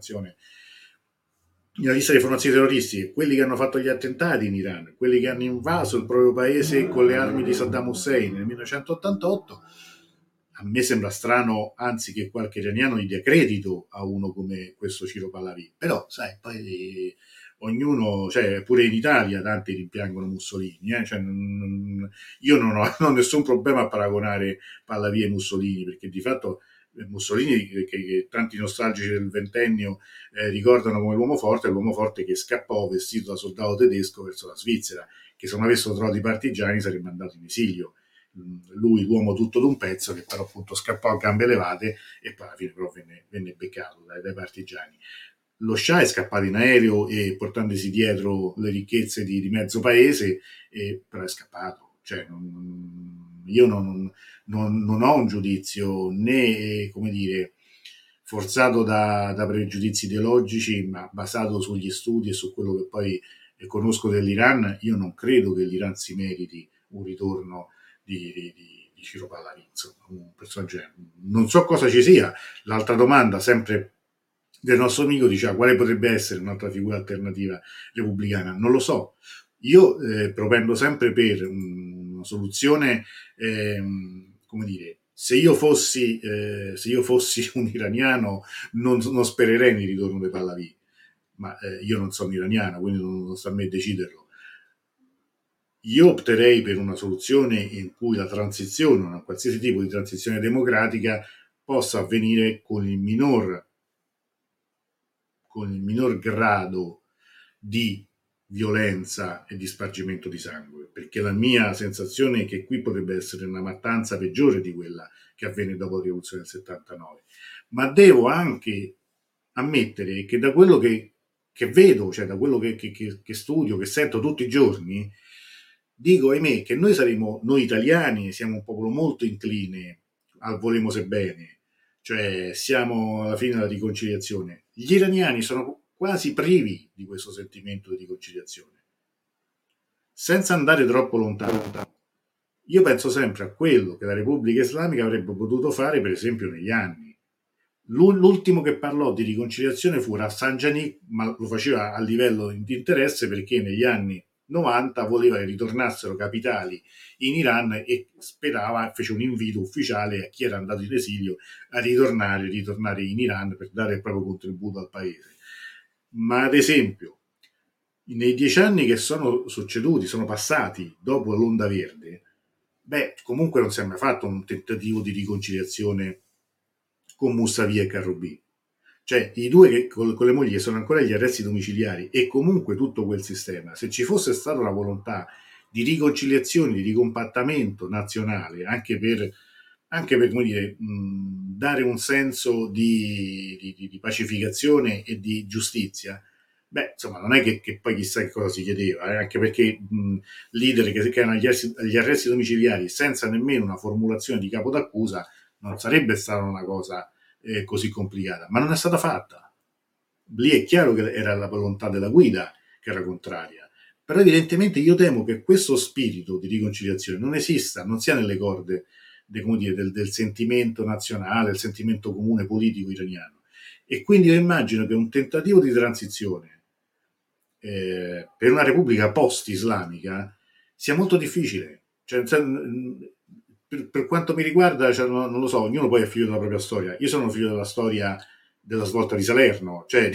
nella lista di formazioni terroristiche, quelli che hanno fatto gli attentati in Iran, quelli che hanno invaso il proprio paese con le armi di Saddam Hussein nel 1988. A me sembra strano, anzi, che qualche iraniano gli dia credito a uno come questo Ciro Pallavi, però sai, poi ognuno, cioè pure in Italia tanti rimpiangono Mussolini, cioè, io non ho, non ho nessun problema a paragonare Pallavi e Mussolini, perché di fatto Mussolini, che tanti nostalgici del ventennio ricordano come l'uomo forte che scappò vestito da soldato tedesco verso la Svizzera, che se non avessero trovato i partigiani sarebbe andato in esilio. Lui, l'uomo tutto d'un pezzo, che però appunto scappò a gambe levate e poi alla fine però venne beccato dai partigiani. Lo Shah è scappato in aereo e portandosi dietro le ricchezze di mezzo paese, però è scappato. Cioè, io non ho un giudizio né, come dire, forzato da pregiudizi ideologici, ma basato sugli studi e su quello che poi conosco dell'Iran. Io non credo che l'Iran si meriti un ritorno di Ciro Pallavi, insomma, un personaggio. Non so cosa ci sia. L'altra domanda, sempre del nostro amico, diceva quale potrebbe essere un'altra figura alternativa repubblicana. Non lo so. Io propendo sempre per una soluzione, come dire, se io fossi un iraniano non spererei nel ritorno dei Pallavi, ma io non sono iraniano, quindi non sta a me deciderlo. Io opterei per una soluzione in cui la transizione, una qualsiasi tipo di transizione democratica, possa avvenire con il minor grado di violenza e di spargimento di sangue, perché la mia sensazione è che qui potrebbe essere una mattanza peggiore di quella che avvenne dopo la rivoluzione del 79. Ma devo anche ammettere che da quello che vedo, cioè da quello che studio, che sento tutti i giorni, dico, ahimè, che noi italiani siamo un popolo molto incline al volemose bene, cioè siamo alla fine della riconciliazione. Gli iraniani sono quasi privi di questo sentimento di riconciliazione. Senza andare troppo lontano, io penso sempre a quello che la Repubblica Islamica avrebbe potuto fare, per esempio, negli anni. L'ultimo che parlò di riconciliazione fu Rafsanjani, ma lo faceva a livello di interesse perché negli anni 90 voleva che ritornassero capitali in Iran e sperava, fece un invito ufficiale a chi era andato in esilio a ritornare in Iran per dare il proprio contributo al paese. Ma ad esempio, nei 10 anni che sono succeduti, sono passati dopo l'Onda Verde, comunque non si è mai fatto un tentativo di riconciliazione con Musavi e Carrobì. Cioè, i due che con le mogli sono ancora agli arresti domiciliari e comunque tutto quel sistema, se ci fosse stata una volontà di riconciliazione, di ricompattamento nazionale, anche per come dire, dare un senso di pacificazione e di giustizia, insomma, non è che poi chissà che cosa si chiedeva, anche perché leader che erano agli arresti domiciliari senza nemmeno una formulazione di capo d'accusa non sarebbe stata una cosa così complicata, ma non è stata fatta. Lì è chiaro che era la volontà della guida che era contraria, però evidentemente io temo che questo spirito di riconciliazione non esista, non sia nelle corde del sentimento nazionale, il sentimento comune politico iraniano. E quindi io immagino che un tentativo di transizione per una repubblica post-islamica sia molto difficile. Cioè, per quanto mi riguarda, cioè, non lo so, ognuno poi è figlio della propria storia. Io sono figlio della storia della svolta di Salerno, cioè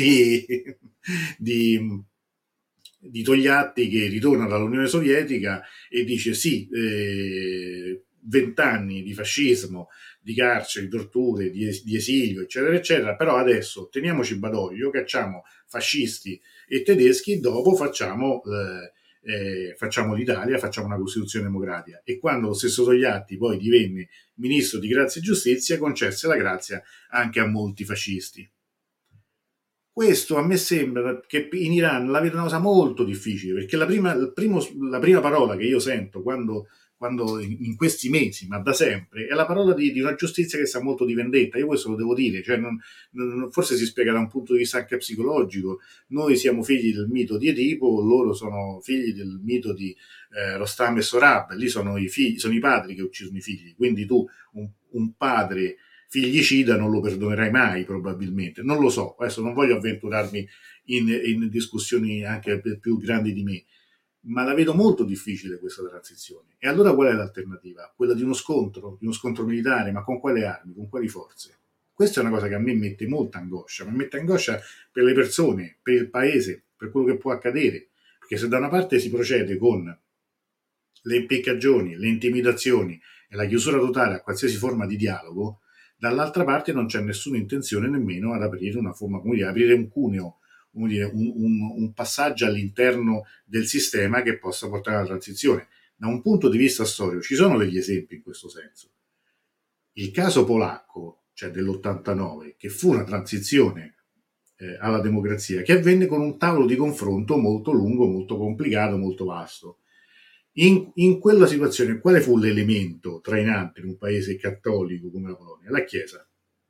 di, di Togliatti che ritorna dall'Unione Sovietica e dice sì, 20 anni di fascismo, di carceri, di torture, di esilio, eccetera, eccetera, però adesso teniamoci Badoglio, cacciamo fascisti e tedeschi, dopo facciamo l'Italia, facciamo una Costituzione democratica. E quando lo stesso Togliatti poi divenne ministro di Grazia e Giustizia, concesse la grazia anche a molti fascisti. Questo a me sembra che in Iran la vedo una cosa molto difficile, perché la prima parola che io sento quando in questi mesi, ma da sempre, è la parola di una giustizia che sa molto di vendetta. Io questo lo devo dire, cioè forse si spiega da un punto di vista anche psicologico. Noi siamo figli del mito di Edipo, loro sono figli del mito di Rostam e Sorab, lì sono i padri che uccidono i figli, quindi tu, un padre figlicida, non lo perdonerai mai probabilmente, non lo so, adesso non voglio avventurarmi in discussioni anche più grandi di me, ma la vedo molto difficile questa transizione. E allora qual è l'alternativa? Quella di uno scontro militare, ma con quali armi, con quali forze? Questa è una cosa che a me mette molta angoscia, mi mette angoscia per le persone, per il paese, per quello che può accadere, perché se da una parte si procede con le impiccagioni, le intimidazioni e la chiusura totale a qualsiasi forma di dialogo, dall'altra parte non c'è nessuna intenzione nemmeno ad aprire una forma, come dire, aprire un cuneo, come dire, un passaggio all'interno del sistema che possa portare alla transizione. Da un punto di vista storico ci sono degli esempi in questo senso. Il caso polacco, cioè dell'89, che fu una transizione alla democrazia, che avvenne con un tavolo di confronto molto lungo, molto complicato, molto vasto. In quella situazione, quale fu l'elemento trainante in un paese cattolico come la Polonia? La Chiesa.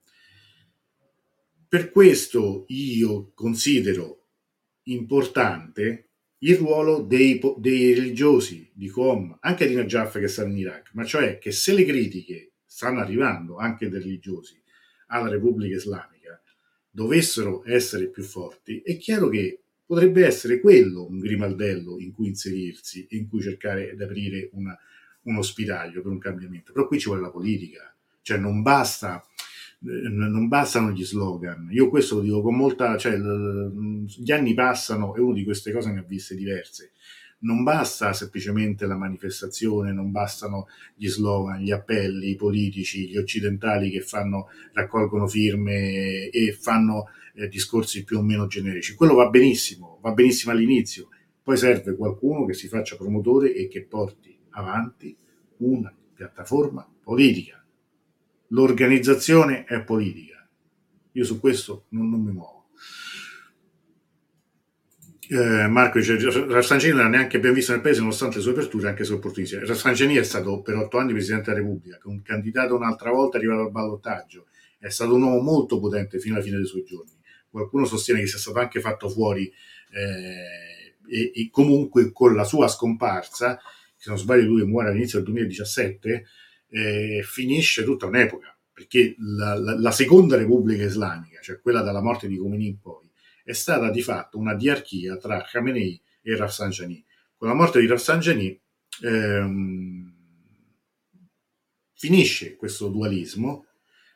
Per questo io considero importante il ruolo dei religiosi di Qom, anche di Najaf che stanno in Iraq, ma cioè che se le critiche stanno arrivando anche dai religiosi alla Repubblica Islamica dovessero essere più forti, è chiaro che potrebbe essere quello un grimaldello in cui inserirsi, in cui cercare di aprire uno spiraglio per un cambiamento. Però qui ci vuole la politica, cioè non bastano gli slogan. Io questo lo dico con molta, cioè gli anni passano e uno di queste cose ne ha viste diverse. Non basta semplicemente la manifestazione, non bastano gli slogan, gli appelli politici, gli occidentali che raccolgono firme e fanno discorsi più o meno generici. Quello va benissimo all'inizio, poi serve qualcuno che si faccia promotore e che porti avanti una piattaforma politica. L'organizzazione è politica. Io su questo non mi muovo. Marco dice Rafsanjani non era neanche ben visto nel paese nonostante le sue aperture anche se opportuniste. Rafsanjani è stato per 8 anni Presidente della Repubblica, un candidato un'altra volta arrivato al ballottaggio, è stato un uomo molto potente fino alla fine dei suoi giorni. Qualcuno sostiene che sia stato anche fatto fuori e comunque con la sua scomparsa, se non sbaglio lui muore all'inizio del 2017, finisce tutta un'epoca, perché la seconda Repubblica Islamica, cioè quella dalla morte di Khomeini in poi, è stata di fatto una diarchia tra Khamenei e Rafsanjani. Con la morte di Rafsanjani finisce questo dualismo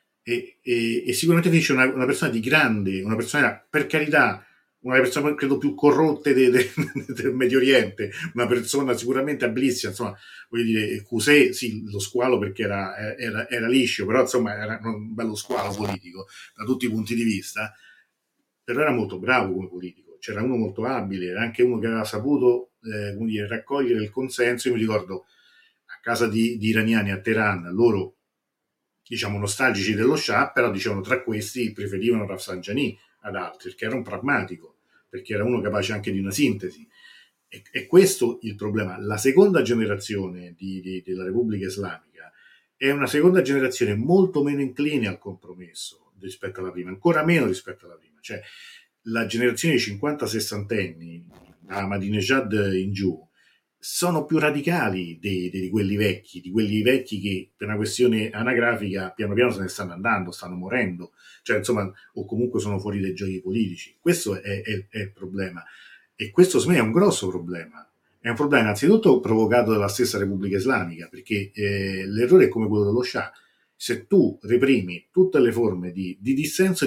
e sicuramente finisce una persona di grande, una persona, per carità, una delle persone credo più corrotte del Medio Oriente, una persona sicuramente abilissima, insomma, voglio dire, Cusé, sì, lo squalo perché era liscio, però insomma era un bello squalo politico da tutti i punti di vista, però era molto bravo come politico, c'era uno molto abile, era anche uno che aveva saputo come dire, raccogliere il consenso. Io mi ricordo a casa di iraniani a Teheran, loro diciamo nostalgici dello Shah, però dicevano tra questi preferivano Rafsanjani ad altri, perché era un pragmatico, perché era uno capace anche di una sintesi. E questo il problema. La seconda generazione della Repubblica Islamica è una seconda generazione molto meno incline al compromesso rispetto alla prima, ancora meno rispetto alla prima. Cioè, la generazione di 50-60 anni, da Ahmadinejad in giù, sono più radicali di quelli vecchi che per una questione anagrafica piano piano se ne stanno andando, stanno morendo, cioè insomma, o comunque sono fuori dai giochi politici. Questo è il problema. E questo secondo me è un grosso problema. È un problema innanzitutto provocato dalla stessa Repubblica Islamica, perché l'errore è come quello dello Shah. Se tu reprimi tutte le forme di dissenso e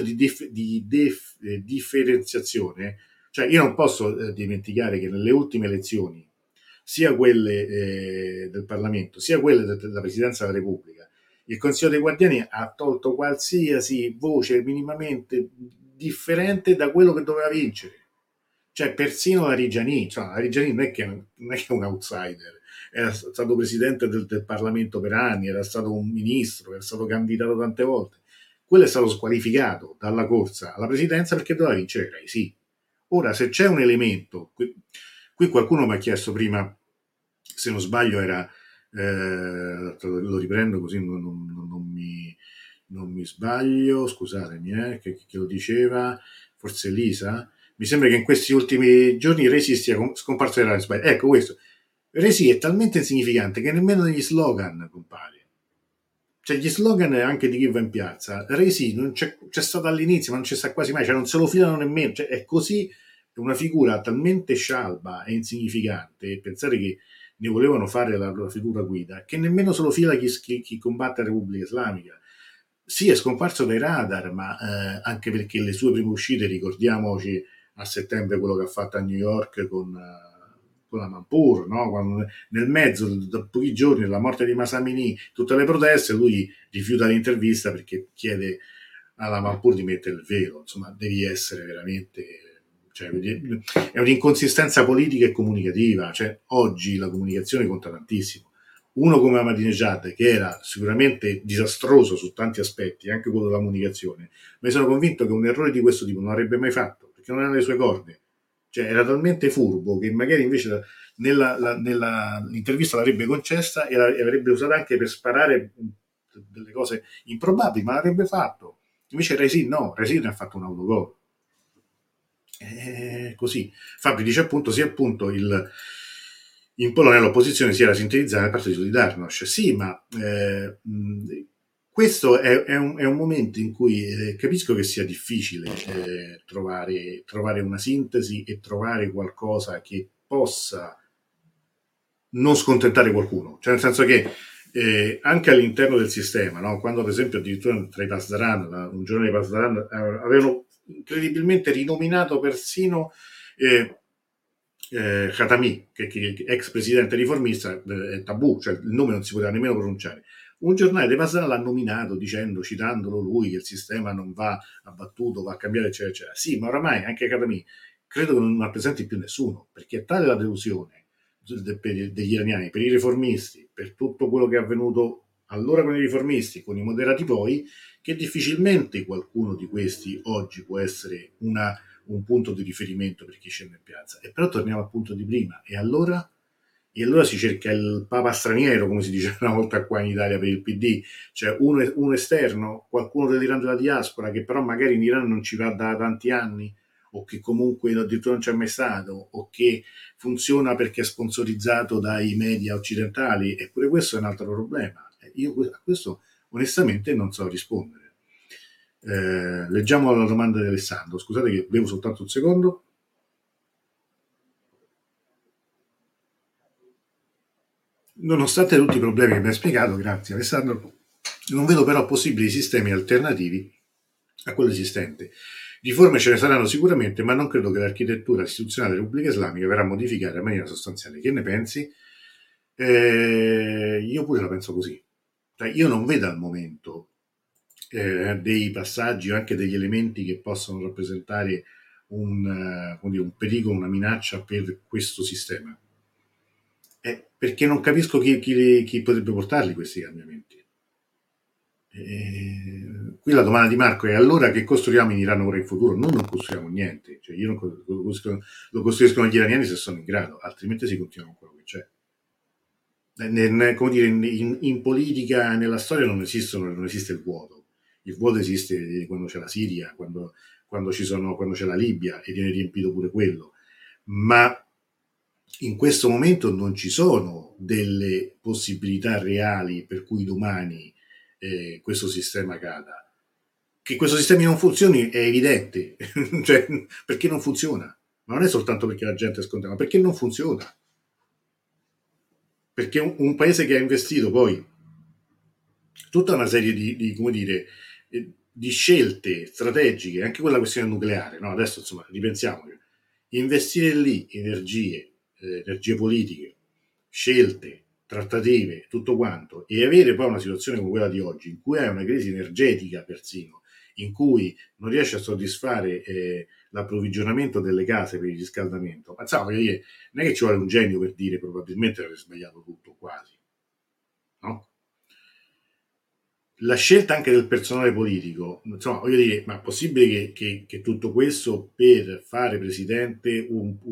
di differenziazione, cioè io non posso dimenticare che nelle ultime elezioni, sia quelle del Parlamento, sia quelle della Presidenza della Repubblica, il Consiglio dei Guardiani ha tolto qualsiasi voce minimamente differente da quello che doveva vincere. Cioè, persino la Reggiani non è che è un outsider, era stato presidente del Parlamento per anni, era stato un ministro, era stato candidato tante volte. Quello è stato squalificato dalla corsa alla presidenza perché doveva vincere Raisi. Ora, se c'è un elemento, qui qualcuno mi ha chiesto prima, se non sbaglio era, lo riprendo così non mi sbaglio, scusatemi, che lo diceva, forse Lisa, mi sembra che in questi ultimi giorni Resi sia scomparso dai radar. Ecco questo. Resi è talmente insignificante che nemmeno negli slogan compare. Cioè gli slogan anche di chi va in piazza, Resi non c'è stato all'inizio, ma non c'è sta quasi mai, cioè non se lo filano nemmeno, cioè è così una figura talmente scialba e insignificante, pensare che ne volevano fare la figura guida, che nemmeno se lo fila chi combatte la Repubblica Islamica. Sì, è scomparso dai radar, ma anche perché le sue prime uscite, ricordiamoci a settembre quello che ha fatto a New York con la Manpur, no? Quando nel mezzo, da pochi giorni, della morte di Masamini, tutte le proteste, lui rifiuta l'intervista perché chiede alla Manpur di mettere il velo. Insomma, devi essere veramente... Cioè, è un'inconsistenza politica e comunicativa. Cioè, oggi la comunicazione conta tantissimo. Uno come Ahmadinejad, che era sicuramente disastroso su tanti aspetti, anche quello della comunicazione, ma sono convinto che un errore di questo tipo non avrebbe mai fatto, perché non era nelle sue corde. Cioè, era talmente furbo che magari invece l'intervista l'avrebbe concessa e l'avrebbe usata anche per sparare delle cose improbabili, ma l'avrebbe fatto. Invece Resin no, Resin ha fatto un autogol. Così. Fabri dice appunto, sì appunto in Polonia l'opposizione si era sintetizzata nel partito di Darnos. Sì, ma questo è un momento in cui capisco che sia difficile trovare una sintesi e trovare qualcosa che possa non scontentare qualcuno. Cioè nel senso che anche all'interno del sistema, no? Quando per esempio addirittura tra i Pasdaran, un giorno i Pasdaran avevano incredibilmente rinominato persino Khatami, che ex presidente riformista, è tabù, cioè il nome non si poteva nemmeno pronunciare. Un giornale dei Pasdaran l'ha nominato dicendo, citandolo lui, che il sistema non va abbattuto, va a cambiare, eccetera, eccetera. Sì, ma oramai anche Khatami credo che non rappresenti più nessuno, perché è tale la delusione degli iraniani per i riformisti, per tutto quello che è avvenuto allora con i riformisti, con i moderati poi, che difficilmente qualcuno di questi oggi può essere un punto di riferimento per chi scende in piazza. E però torniamo al punto di prima. E allora si cerca il papa straniero, come si diceva una volta qua in Italia per il PD, cioè uno esterno, qualcuno dell'Iran della diaspora, che però magari in Iran non ci va da tanti anni, o che comunque addirittura non c'è mai stato, o che funziona perché è sponsorizzato dai media occidentali, eppure questo è un altro problema. Io a questo onestamente non so rispondere. Leggiamo la domanda di Alessandro, scusate che bevo soltanto un secondo. Nonostante tutti i problemi che mi hai spiegato, grazie Alessandro, non vedo però possibili sistemi alternativi a quello esistente. Riforme ce ne saranno sicuramente, ma non credo che l'architettura istituzionale della Repubblica Islamica verrà modificata in maniera sostanziale. Che ne pensi? Io pure la penso così. Cioè, io non vedo al momento dei passaggi o anche degli elementi che possono rappresentare un pericolo, una minaccia per questo sistema. Perché non capisco chi potrebbe portarli questi cambiamenti. Qui la domanda di Marco è allora che costruiamo in Iran ora in futuro? Noi non costruiamo niente, cioè io non lo costruiscono gli iraniani se sono in grado, altrimenti si continua con quello che c'è. Come dire, in politica, nella storia non esiste il vuoto. Il vuoto esiste quando c'è la Siria, quando c'è la Libia e viene riempito pure quello. Ma in questo momento non ci sono delle possibilità reali per cui domani questo sistema cada. Che questo sistema non funzioni è evidente, cioè, perché non funziona. Ma non è soltanto perché la gente è scontenta, ma perché non funziona. Perché un paese che ha investito poi tutta una serie come dire, di scelte strategiche, anche quella questione nucleare, no? Adesso insomma ripensiamoci, investire lì energie politiche, scelte, trattative, tutto quanto, e avere poi una situazione come quella di oggi, in cui hai una crisi energetica persino, in cui non riesci a soddisfare l'approvvigionamento delle case per il riscaldamento, ma insomma, non è che ci vuole un genio per dire probabilmente avrei sbagliato tutto quasi, no? La scelta anche del personale politico, insomma, voglio dire, ma è possibile che tutto questo per fare presidente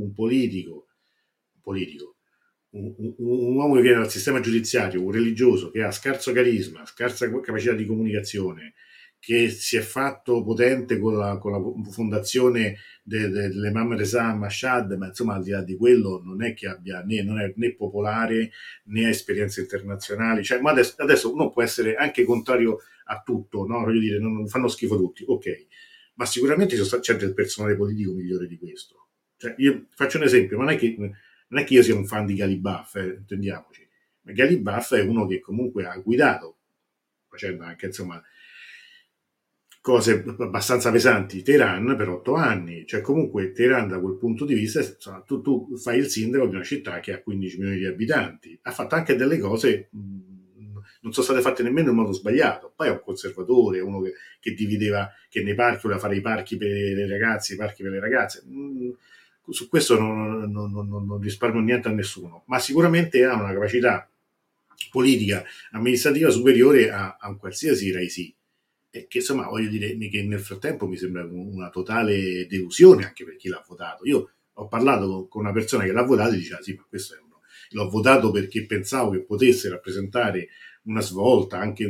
politico, un uomo che viene dal sistema giudiziario, un religioso che ha scarso carisma, scarsa capacità di comunicazione, che si è fatto potente con la fondazione delle Mamme Reza Mashhad, ma insomma al di là di quello non è che abbia non è né popolare né ha esperienze internazionali, cioè, ma adesso uno può essere anche contrario a tutto, no? Voglio dire, non fanno schifo tutti, ok, ma sicuramente c'è del personale politico migliore di questo. Cioè, io faccio un esempio, non è che io sia un fan di Galibaf, intendiamoci, ma Galibaf è uno che comunque ha guidato, facendo anche insomma cose abbastanza pesanti, Teheran per 8 anni, cioè comunque Teheran da quel punto di vista, insomma, tu fai il sindaco di una città che ha 15 milioni di abitanti, ha fatto anche delle cose non sono state fatte nemmeno in modo sbagliato, poi è un conservatore, uno che divideva, che nei parchi voleva fare i parchi per i ragazzi, i parchi per le ragazze, su questo non risparmio niente a nessuno, ma sicuramente ha una capacità politica, amministrativa superiore a un qualsiasi Raisi. E che insomma voglio dire che nel frattempo mi sembra una totale delusione anche per chi l'ha votato. Io ho parlato con una persona che l'ha votato e diceva sì, ma questo è uno. L'ho votato perché pensavo che potesse rappresentare una svolta, anche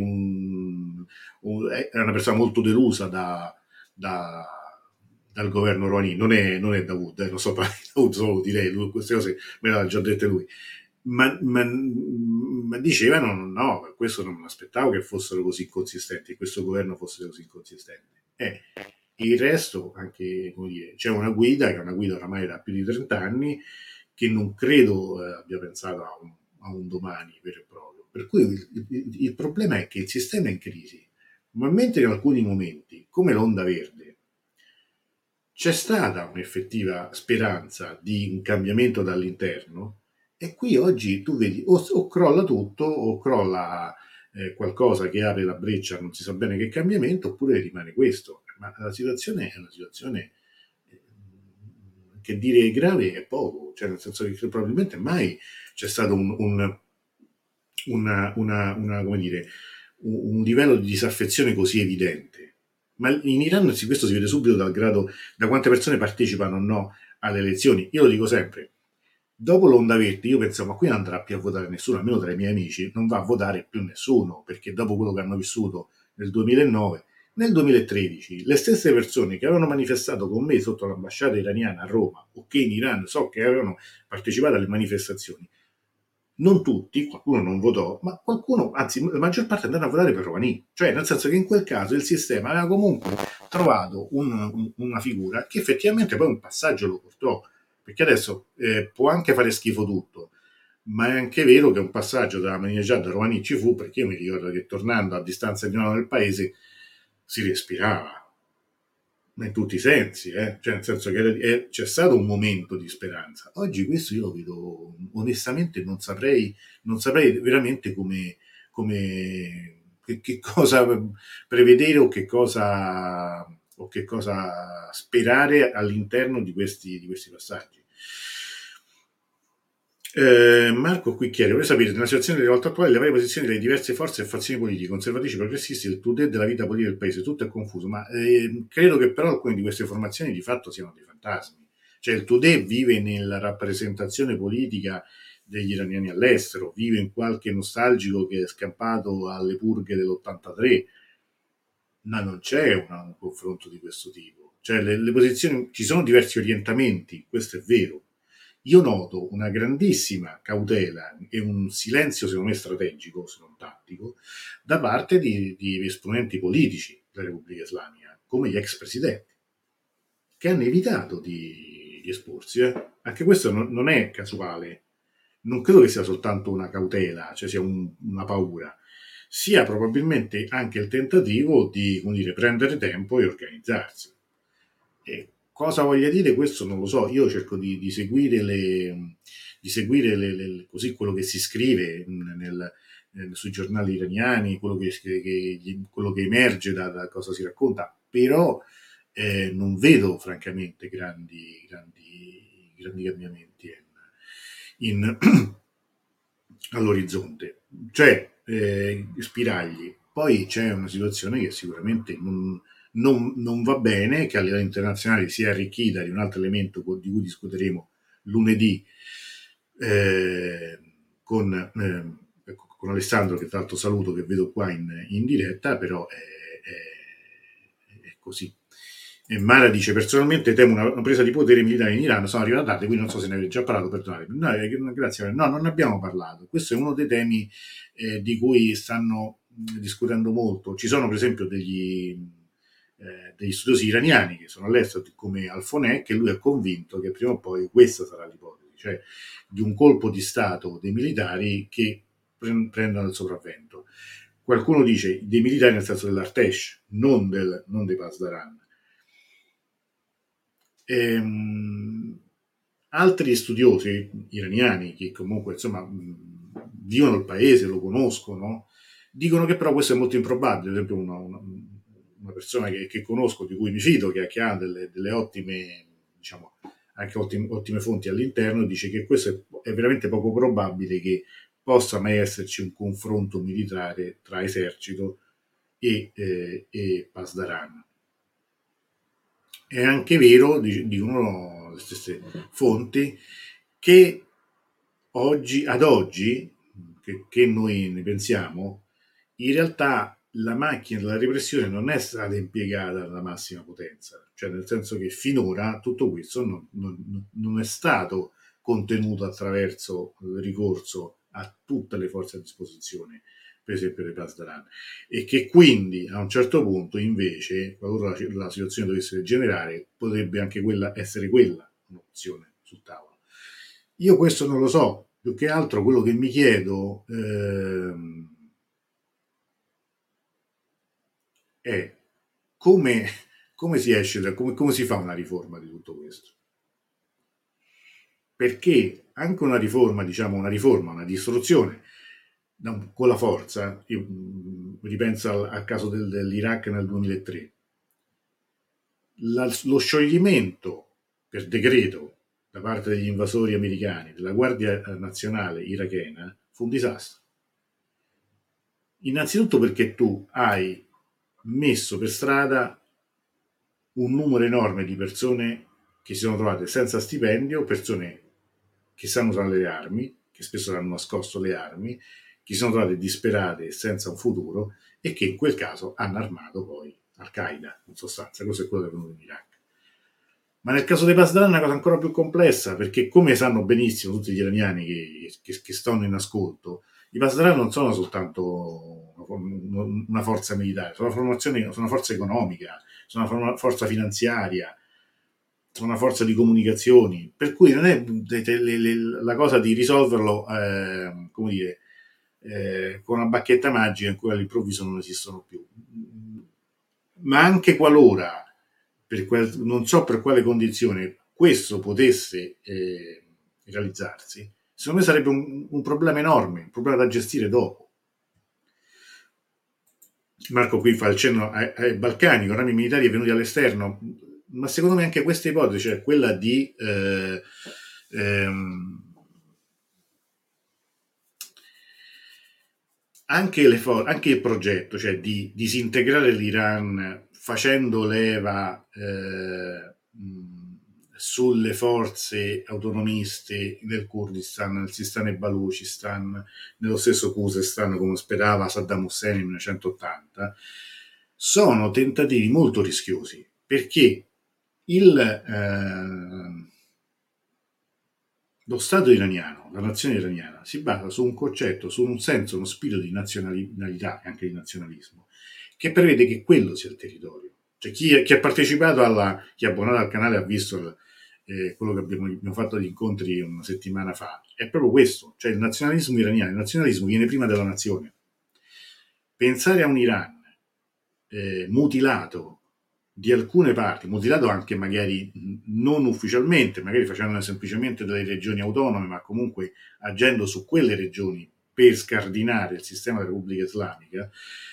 è una persona molto delusa da, dal governo Rouhani, non è Dawood, non so parlare di Dawood solo di lei, queste cose me le ha già dette lui, ma dicevano no, per questo non mi aspettavo che fossero così inconsistenti, che questo governo fosse così inconsistente. Il resto, anche come dire, c'è una guida che è una guida oramai da più di 30 anni che non credo abbia pensato a un domani vero e proprio. Per cui il problema è che il sistema è in crisi, ma mentre in alcuni momenti, come l'onda verde, c'è stata un'effettiva speranza di un cambiamento dall'interno, e qui oggi tu vedi o crolla tutto o crolla qualcosa che apre la breccia, non si sa bene che cambiamento, oppure rimane questo. Ma la situazione è una situazione che dire grave è poco, cioè nel senso che probabilmente mai c'è stato come dire, un livello di disaffezione così evidente. Ma in Iran questo si vede subito dal grado, da quante persone partecipano o no alle elezioni. Io lo dico sempre, dopo l'onda verde io pensavo, ma qui non andrà più a votare nessuno, almeno tra i miei amici, non va a votare più nessuno, perché dopo quello che hanno vissuto nel 2009, nel 2013, le stesse persone che avevano manifestato con me sotto l'ambasciata iraniana a Roma, o che in Iran so che avevano partecipato alle manifestazioni, non tutti, qualcuno non votò, ma qualcuno, anzi la maggior parte è andata a votare per Rouhani, cioè nel senso che in quel caso il sistema aveva comunque trovato una figura che effettivamente poi un passaggio lo portò, perché adesso può anche fare schifo tutto, ma è anche vero che un passaggio da Ahmadinejad a Rouhani ci fu, perché io mi ricordo che tornando a distanza di un anno nel paese si respirava, in tutti i sensi, cioè nel senso che c'è stato un momento di speranza. Oggi questo io lo vedo, onestamente non saprei veramente che cosa prevedere o che cosa sperare all'interno di questi passaggi. Marco qui chiede, vorrei sapere, nella situazione delle realtà attuali, le varie posizioni delle diverse forze e fazioni politiche, conservatrici, progressisti, il today della vita politica del paese, tutto è confuso, ma credo che però alcune di queste formazioni di fatto siano dei fantasmi. Cioè il today vive nella rappresentazione politica degli iraniani all'estero, vive in qualche nostalgico che è scappato alle purghe dell'83, ma non c'è un confronto di questo tipo. Cioè le posizioni, ci sono diversi orientamenti, questo è vero, io noto una grandissima cautela e un silenzio, secondo me, strategico, se non tattico, da parte di esponenti politici della Repubblica Islamica, come gli ex presidenti, che hanno evitato di esporsi. Anche questo non è casuale, non credo che sia soltanto una cautela, cioè sia una paura, sia probabilmente anche il tentativo di, come dire, prendere tempo e organizzarsi. E cosa voglia dire questo non lo so, io cerco di seguire, così quello che si scrive sui giornali iraniani, quello che emerge da cosa si racconta, però non vedo francamente grandi cambiamenti in, all'orizzonte. C'è spiragli, poi c'è una situazione che sicuramente non va bene, che a livello internazionale si è arricchita di un altro elemento di cui discuteremo lunedì eh, con, con Alessandro, che tra l'altro saluto, che vedo qua in diretta, però è così. E Mara dice, personalmente temo una presa di potere militare in Iran, sono arrivata tardi, quindi non so se ne avete già parlato, perdonate. No, grazie, no, non ne abbiamo parlato. Questo è uno dei temi di cui stanno discutendo molto. Ci sono per esempio degli studiosi iraniani che sono all'estero, come Alfonè, che lui è convinto che prima o poi questa sarà l'ipotesi, cioè di un colpo di Stato dei militari che prendono il sopravvento. Qualcuno dice dei militari nel senso dell'Artesh, non dei Pasdaran. Altri studiosi iraniani che comunque insomma vivono il paese, lo conoscono, dicono che però questo è molto improbabile. Ad esempio una persona che conosco, di cui mi fido, che ha delle ottime, diciamo, anche ottime fonti all'interno, dice che questo è veramente poco probabile che possa mai esserci un confronto militare tra esercito e Pasdaran. È anche vero, dicono le stesse fonti, che ad oggi, che noi ne pensiamo, in realtà la macchina della repressione non è stata impiegata alla massima potenza, cioè nel senso che finora tutto questo non è stato contenuto attraverso il ricorso a tutte le forze a disposizione, per esempio dei Pasdaran, e che quindi a un certo punto invece, qualora la situazione dovesse degenerare, potrebbe anche essere quella un'opzione sul tavolo. Io questo non lo so, più che altro quello che mi chiedo è come, come si esce come si fa una riforma di tutto questo. Perché anche una riforma, diciamo una distruzione con la forza, io ripenso al caso dell'Iraq nel 2003, lo scioglimento per decreto da parte degli invasori americani della Guardia Nazionale irachena fu un disastro. Innanzitutto perché tu hai messo per strada un numero enorme di persone che si sono trovate senza stipendio, persone che sanno usare le armi, che spesso hanno nascosto le armi, che si sono trovate disperate e senza un futuro e che in quel caso hanno armato poi Al-Qaeda, in sostanza, questo è quello che è venuto in Iraq. Ma nel caso dei Pasdaran è una cosa ancora più complessa, perché come sanno benissimo tutti gli iraniani che stanno in ascolto, i Pasdaran non sono soltanto una forza militare, sono una formazione, sono una forza economica, sono una forza finanziaria, sono una forza di comunicazioni, per cui non è la cosa di risolverlo, come dire, con una bacchetta magica in cui all'improvviso non esistono più. Ma anche qualora, non so per quale condizione, questo potesse realizzarsi, secondo me sarebbe un problema enorme, un problema da gestire dopo. Marco qui fa il cenno ai Balcani, con rami militari venuti all'esterno, ma secondo me anche questa ipotesi, cioè quella di anche il progetto, cioè di disintegrare l'Iran facendo leva sulle forze autonomiste nel Kurdistan, nel Sistan e Baluchistan, nello stesso Khuzestan, come sperava Saddam Hussein nel 1980, sono tentativi molto rischiosi perché lo Stato iraniano, la nazione iraniana, si basa su un concetto, su un senso, uno spirito di nazionalità e anche di nazionalismo, che prevede che quello sia il territorio. Cioè chi ha partecipato chi è abbonato al canale ha visto quello che abbiamo fatto agli incontri una settimana fa, è proprio questo, cioè il nazionalismo iraniano, il nazionalismo viene prima della nazione. Pensare a un Iran mutilato di alcune parti, mutilato anche magari non ufficialmente, magari facendo semplicemente delle regioni autonome, ma comunque agendo su quelle regioni per scardinare il sistema della Repubblica Islamica,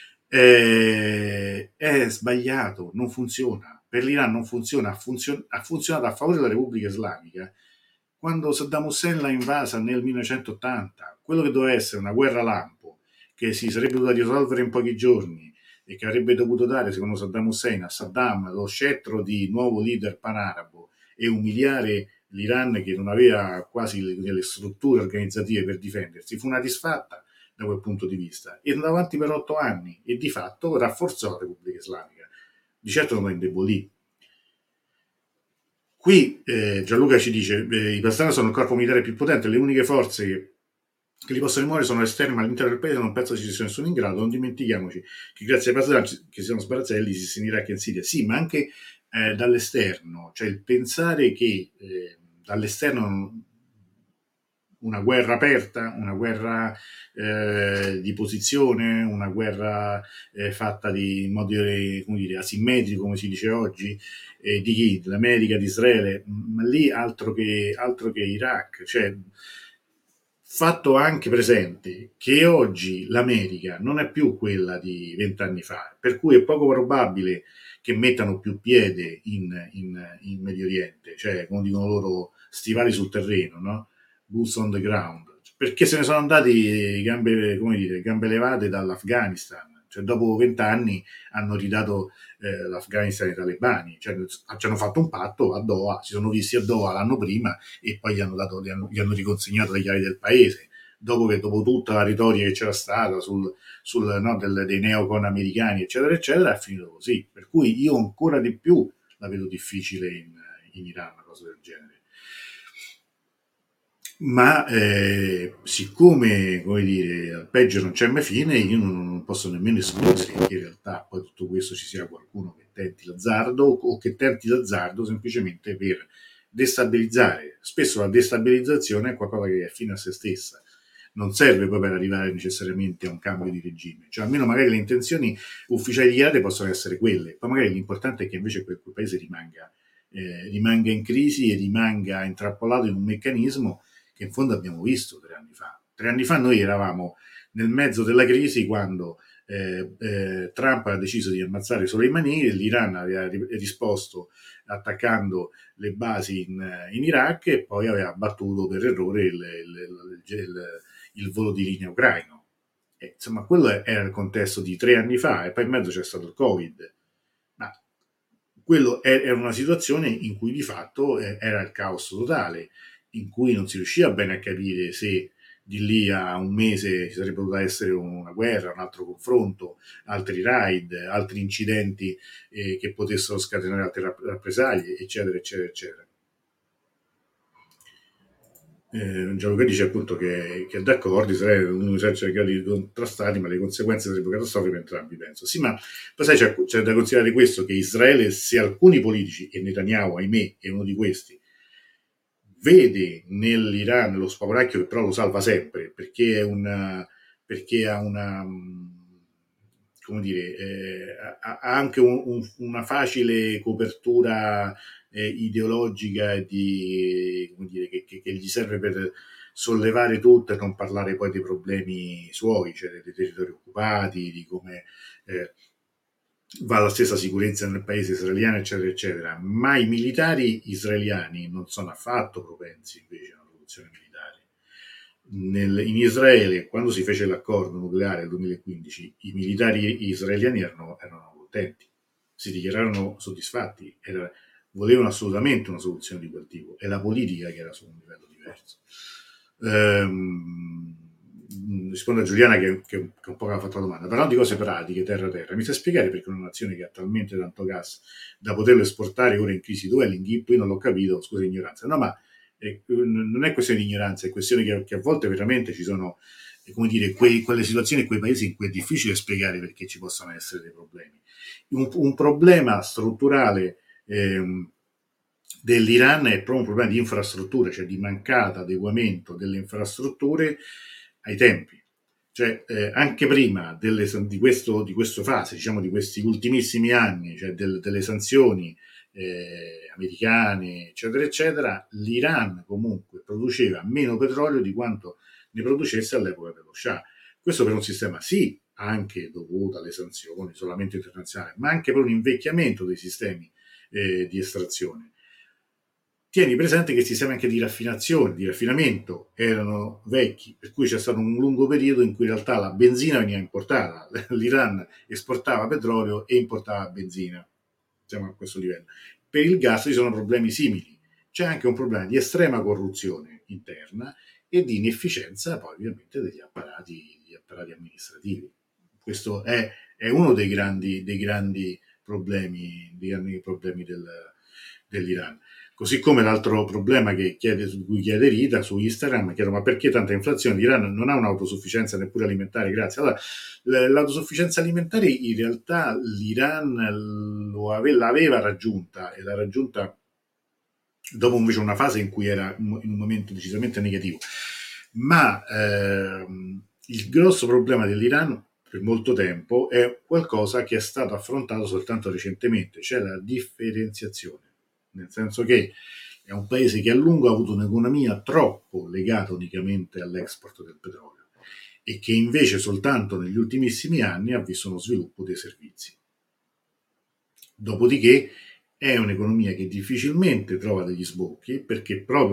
è sbagliato, non funziona. Per l'Iran non funziona, ha funzionato a favore della Repubblica Islamica quando Saddam Hussein l'ha invasa nel 1980, quello che doveva essere una guerra lampo, che si sarebbe dovuta risolvere in pochi giorni, e che avrebbe dovuto dare, secondo Saddam Hussein, a Saddam lo scettro di nuovo leader panarabo e umiliare l'Iran che non aveva quasi le strutture organizzative per difendersi, fu una disfatta da quel punto di vista e andò avanti per 8 anni e di fatto rafforzò la Repubblica Islamica, di certo non la indebolì. Qui Gianluca ci dice i Pastana sono il corpo militare più potente, le uniche forze che li possono rimuovere sono esterne, ma all'interno del paese non penso ci sia nessuno in grado. Non dimentichiamoci che grazie ai Pastana che siano sbarazzati esiste in Iraq e in Siria. Sì, ma anche dall'esterno, cioè il pensare che dall'esterno una guerra aperta, una guerra di posizione, una guerra fatta in modo come dire, asimmetrico, come si dice oggi, di chi? Dell'America, di Israele, ma lì altro che Iraq. Cioè, fatto anche presente che oggi l'America non è più quella di 20 anni fa, per cui è poco probabile che mettano più piede in Medio Oriente, cioè, come dicono loro, stivali sul terreno, no? Boots on the ground, perché se ne sono andati gambe, come dire, gambe levate dall'Afghanistan, cioè dopo 20 anni hanno ridato l'Afghanistan ai talebani, cioè ci hanno fatto un patto a Doha, si sono visti a Doha l'anno prima e poi gli hanno riconsegnato le chiavi del paese, dopo tutta la retorica che c'era stata no, dei neocon americani, eccetera, eccetera, è finito così. Per cui io ancora di più la vedo difficile in Iran, una cosa del genere. Ma siccome, come dire, al peggio non c'è mai fine, io non posso nemmeno escludere che in realtà poi tutto questo ci sia qualcuno che tenti l'azzardo o che tenti l'azzardo semplicemente per destabilizzare. Spesso la destabilizzazione è qualcosa che è fine a se stessa, non serve poi per arrivare necessariamente a un cambio di regime, cioè almeno magari le intenzioni ufficiali dichiarate possono essere quelle, poi magari l'importante è che invece quel paese rimanga in crisi e rimanga intrappolato in un meccanismo che in fondo abbiamo visto 3 anni fa. 3 anni fa noi eravamo nel mezzo della crisi quando Trump ha deciso di ammazzare Soleimani e l'Iran aveva risposto attaccando le basi in Iraq e poi aveva battuto per errore il volo di linea ucraino. Insomma, quello era il contesto di 3 anni fa e poi in mezzo c'è stato il Covid. Ma quello era una situazione in cui di fatto era il caos totale, in cui non si riusciva bene a capire se di lì a un mese ci sarebbe potuta essere una guerra, un altro confronto, altri raid, altri incidenti che potessero scatenare altre rappresaglie, eccetera, eccetera, eccetera. Gianluca dice appunto che è d'accordo, Israele è un esercito grado di contrastati, ma le conseguenze sarebbero catastrofiche per entrambi, penso. Sì, ma poi sai, c'è da considerare questo, che Israele, se alcuni politici, e Netanyahu, ahimè, è uno di questi, vede nell'Iran lo spauracchio che però lo salva sempre, perché ha una, come dire, ha anche una facile copertura ideologica e come dire, che gli serve per sollevare tutto e non parlare poi dei problemi suoi, cioè dei territori occupati, di come va la stessa sicurezza nel paese israeliano, eccetera, eccetera. Ma i militari israeliani non sono affatto propensi invece a una soluzione militare. In Israele, quando si fece l'accordo nucleare nel 2015, i militari israeliani erano contenti, si dichiararono soddisfatti, volevano assolutamente una soluzione di quel tipo, è la politica che era su un livello diverso. Rispondo a Giuliana che un po' ha fatto la domanda, parlando di cose pratiche, terra, mi sai spiegare perché una nazione che ha talmente tanto gas da poterlo esportare ora in crisi, dov'è l'inghippo? Io non l'ho capito, scusa ignoranza. No, ma non è questione di ignoranza, è questione che a volte veramente ci sono, come dire, quelle situazioni e quei paesi in cui è difficile spiegare perché ci possono essere dei problemi. Un problema strutturale dell'Iran è proprio un problema di infrastrutture, cioè di mancato adeguamento delle infrastrutture ai tempi. Cioè, anche prima di questa fase, diciamo di questi ultimissimi anni, cioè delle sanzioni americane, eccetera, eccetera, l'Iran comunque produceva meno petrolio di quanto ne producesse all'epoca dello Shah. Questo per un sistema sì, anche dovuto alle sanzioni, isolamento internazionale, ma anche per un invecchiamento dei sistemi di estrazione. Tieni presente che i sistemi anche di raffinazione, di raffinamento erano vecchi, per cui c'è stato un lungo periodo in cui in realtà la benzina veniva importata, l'Iran esportava petrolio e importava benzina, siamo a questo livello. Per il gas ci sono problemi simili, c'è anche un problema di estrema corruzione interna e di inefficienza poi ovviamente degli apparati amministrativi. Questo è uno dei grandi problemi dell'Iran. Così come l'altro problema su cui chiede Rita su Instagram, chiedo ma perché tanta inflazione? L'Iran non ha un'autosufficienza neppure alimentare, grazie. Allora, l'autosufficienza alimentare in realtà l'Iran l'aveva raggiunta e l'ha raggiunta dopo invece una fase in cui era in un momento decisamente negativo. Ma il grosso problema dell'Iran per molto tempo è qualcosa che è stato affrontato soltanto recentemente, cioè la differenziazione, nel senso che è un paese che a lungo ha avuto un'economia troppo legata unicamente all'export del petrolio e che invece soltanto negli ultimissimi anni ha visto uno sviluppo dei servizi. Dopodiché è un'economia che difficilmente trova degli sbocchi perché proprio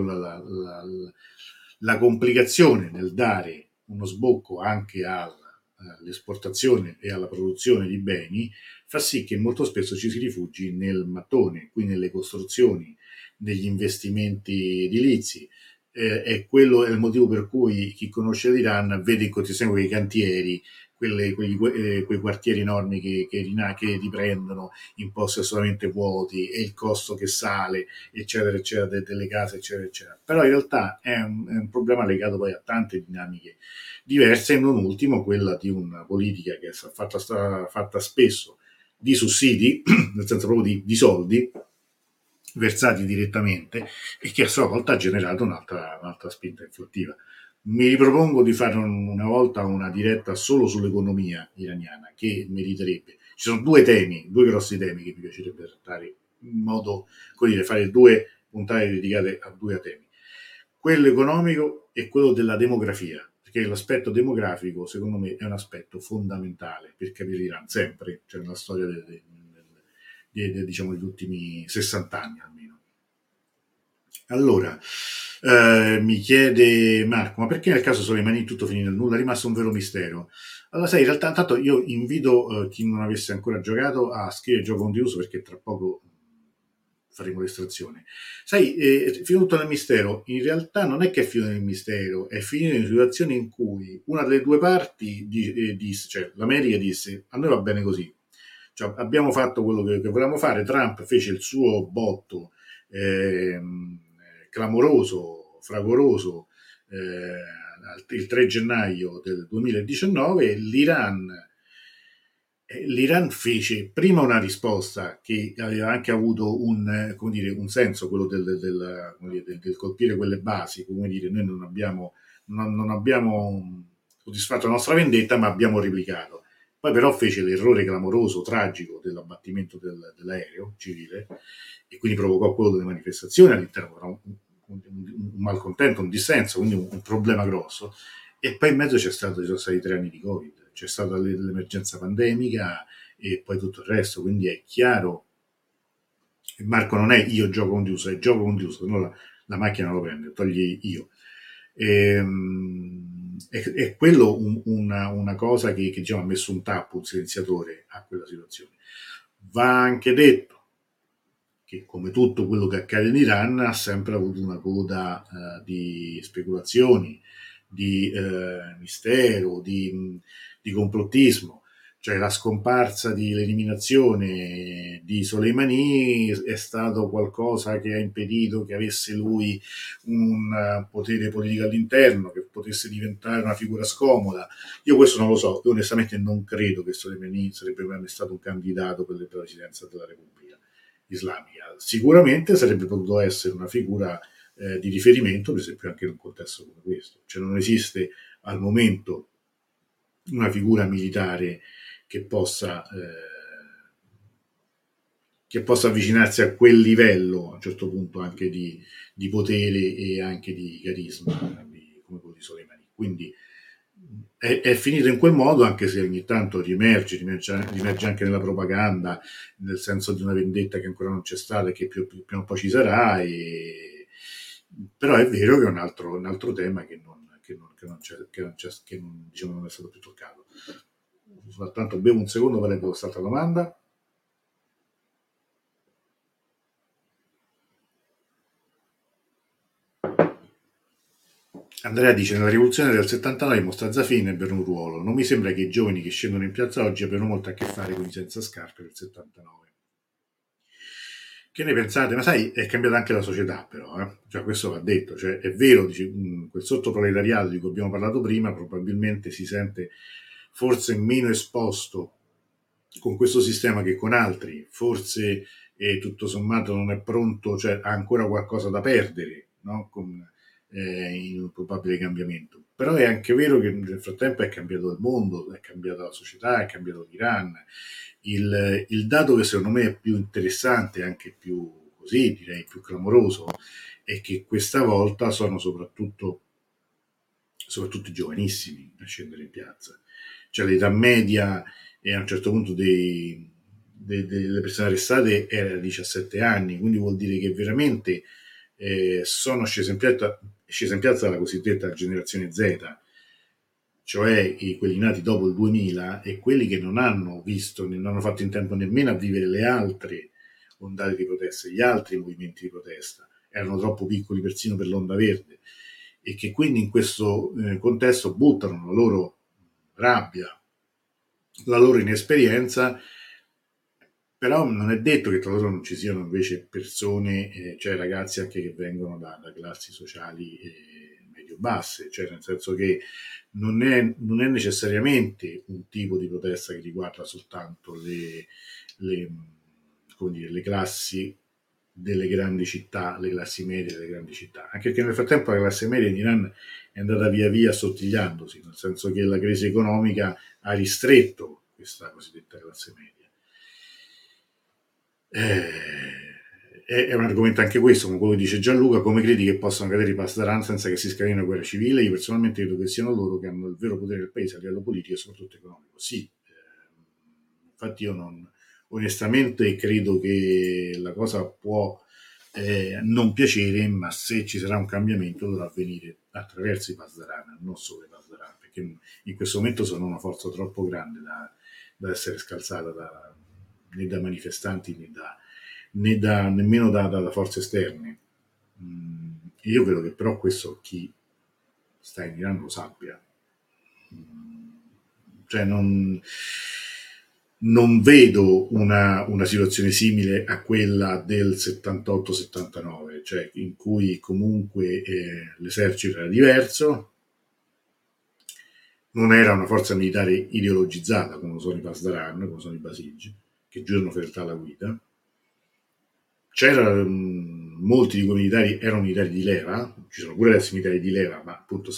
la complicazione nel dare uno sbocco anche all'esportazione e alla produzione di beni fa sì che molto spesso ci si rifugi nel mattone, quindi nelle costruzioni, negli investimenti edilizi. È il motivo per cui chi conosce l'Iran vede in continuazione quei cantieri, quei quartieri enormi che riprendono in posti assolutamente vuoti e il costo che sale, eccetera, eccetera, delle case, eccetera, eccetera. Però in realtà è un problema legato poi a tante dinamiche diverse e non ultimo quella di una politica che è fatta spesso di sussidi, nel senso proprio di soldi versati direttamente e che a sua volta ha generato un'altra spinta inflattiva. Mi ripropongo di fare una volta una diretta solo sull'economia iraniana, che meriterebbe. Ci sono due grossi temi che mi piacerebbe trattare in modo, come dire, fare due puntate dedicate a due temi. Quello economico e quello della demografia, perché l'aspetto demografico, secondo me, è un aspetto fondamentale per capire l'Iran, sempre, cioè nella storia diciamo, degli ultimi 60 anni almeno. Allora, Mi chiede Marco, ma perché nel caso Soleimani tutto finì nel nulla? È rimasto un vero mistero. Allora, sai, in realtà, intanto io invito chi non avesse ancora giocato a scrivere gioco condiviso perché tra poco faremo l'estrazione. Sai, è finito tutto nel mistero. In realtà non è che è finito nel mistero, è finito in una situazione in cui una delle due parti disse, cioè l'America disse, a noi va bene così. Cioè, abbiamo fatto quello che volevamo fare, Trump fece il suo botto clamoroso, fragoroso, il 3 gennaio del 2019, l'Iran fece prima una risposta che aveva anche avuto come dire, un senso, quello come dire, del colpire quelle basi, come dire, noi non abbiamo soddisfatto la nostra vendetta, ma abbiamo replicato. Poi però fece l'errore clamoroso, tragico dell'abbattimento dell'aereo civile e quindi provocò quello delle manifestazioni all'interno, un malcontento, un dissenso, quindi un problema grosso. E poi in mezzo ci sono stati 3 anni di Covid, c'è stata l'emergenza pandemica e poi tutto il resto, quindi è chiaro. Marco non è io gioco con Dius, è gioco con Dius, no, la macchina lo prende, togli io. È quello una cosa che diciamo, ha messo un tappo, un silenziatore a quella situazione. Va anche detto che come tutto quello che accade in Iran ha sempre avuto una coda di speculazioni, di mistero, di complottismo. Cioè la scomparsa l'eliminazione di Soleimani è stato qualcosa che ha impedito che avesse lui un potere politico all'interno, che potesse diventare una figura scomoda. Io questo non lo so, io onestamente non credo che Soleimani sarebbe mai stato un candidato per la presidenza della Repubblica Islamica. Sicuramente sarebbe potuto essere una figura di riferimento, per esempio anche in un contesto come questo. Cioè non esiste al momento una figura militare che possa, che possa avvicinarsi a quel livello, a un certo punto, anche di potere e anche di carisma, come quello di Soleimani. Quindi è finito in quel modo, anche se ogni tanto riemerge anche nella propaganda, nel senso di una vendetta che ancora non c'è stata e che prima o poi ci sarà. Però è vero che è un altro tema diciamo, non è stato più toccato. Soltanto bevo un secondo per leggere quest'altra domanda. Andrea dice: nella rivoluzione del 79 Mostazza Fini ebbero un ruolo. Non mi sembra che i giovani che scendono in piazza oggi abbiano molto a che fare con i senza scarpe del 79. Che ne pensate? Ma sai, è cambiata anche la società, però, eh? Cioè, questo va detto. Cioè, è vero, dice, quel sottoproletariato di cui abbiamo parlato prima probabilmente si sente forse meno esposto con questo sistema che con altri, forse tutto sommato non è pronto, cioè ha ancora qualcosa da perdere, no? In un probabile cambiamento. Però è anche vero che nel frattempo è cambiato il mondo, è cambiata la società, è cambiato l'Iran. Il dato che secondo me è più interessante, anche più così, direi più clamoroso, è che questa volta sono soprattutto i giovanissimi a scendere in piazza. Cioè l'età media e a un certo punto delle persone arrestate era 17 anni, quindi vuol dire che veramente sono scese in piazza la cosiddetta generazione Z, cioè quelli nati dopo il 2000 e quelli che non hanno visto, non hanno fatto in tempo nemmeno a vivere le altre ondate di protesta, gli altri movimenti di protesta, erano troppo piccoli persino per l'onda verde e che quindi in questo contesto buttano la loro rabbia, la loro inesperienza, però non è detto che tra loro non ci siano invece persone, cioè ragazzi anche che vengono da classi sociali medio-basse, cioè nel senso che non è necessariamente un tipo di protesta che riguarda soltanto le, come dire, le classi delle grandi città, le classi medie delle grandi città, anche perché nel frattempo la classe media in Iran è andata via via assottigliandosi, nel senso che la crisi economica ha ristretto questa cosiddetta classe media. È un argomento anche questo, come quello che dice Gianluca, come credi che possano cadere i Pasdaran senza che si scateni una guerra civile? Io personalmente credo che siano loro che hanno il vero potere del paese a livello politico e soprattutto economico. Sì, infatti io non, onestamente credo che la cosa può non piacere, ma se ci sarà un cambiamento dovrà avvenire attraverso i Pasdaran, non solo i Pasdaran, perché in questo momento sono una forza troppo grande da essere scalzata né da manifestanti nemmeno da forze esterne. Io vedo che però questo chi sta in Iran lo sappia. Cioè non vedo una situazione simile a quella del 78-79, cioè in cui comunque l'esercito era diverso, non era una forza militare ideologizzata come sono i Pasdaran, come sono i Basigi, che giurano fedeltà alla guida. Molti di quei militari erano militari di leva, ci sono pure adesso militari di leva, ma appunto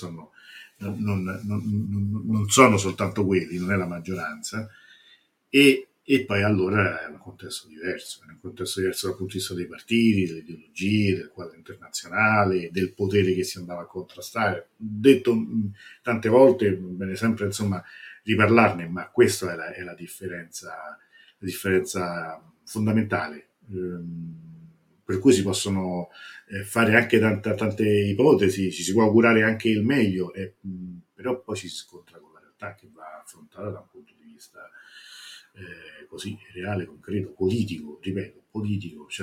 non sono soltanto quelli, non è la maggioranza, e poi allora è un contesto diverso, è un contesto diverso dal punto di vista dei partiti, delle ideologie, del quadro internazionale, del potere che si andava a contrastare. Detto tante volte, bene sempre insomma riparlarne, ma questa è la differenza fondamentale. Per cui si possono fare anche tante ipotesi, ci si può augurare anche il meglio, però poi ci si scontra con la realtà che va affrontata da un punto di vista così reale, concreto, politico, ripeto, politico, cioè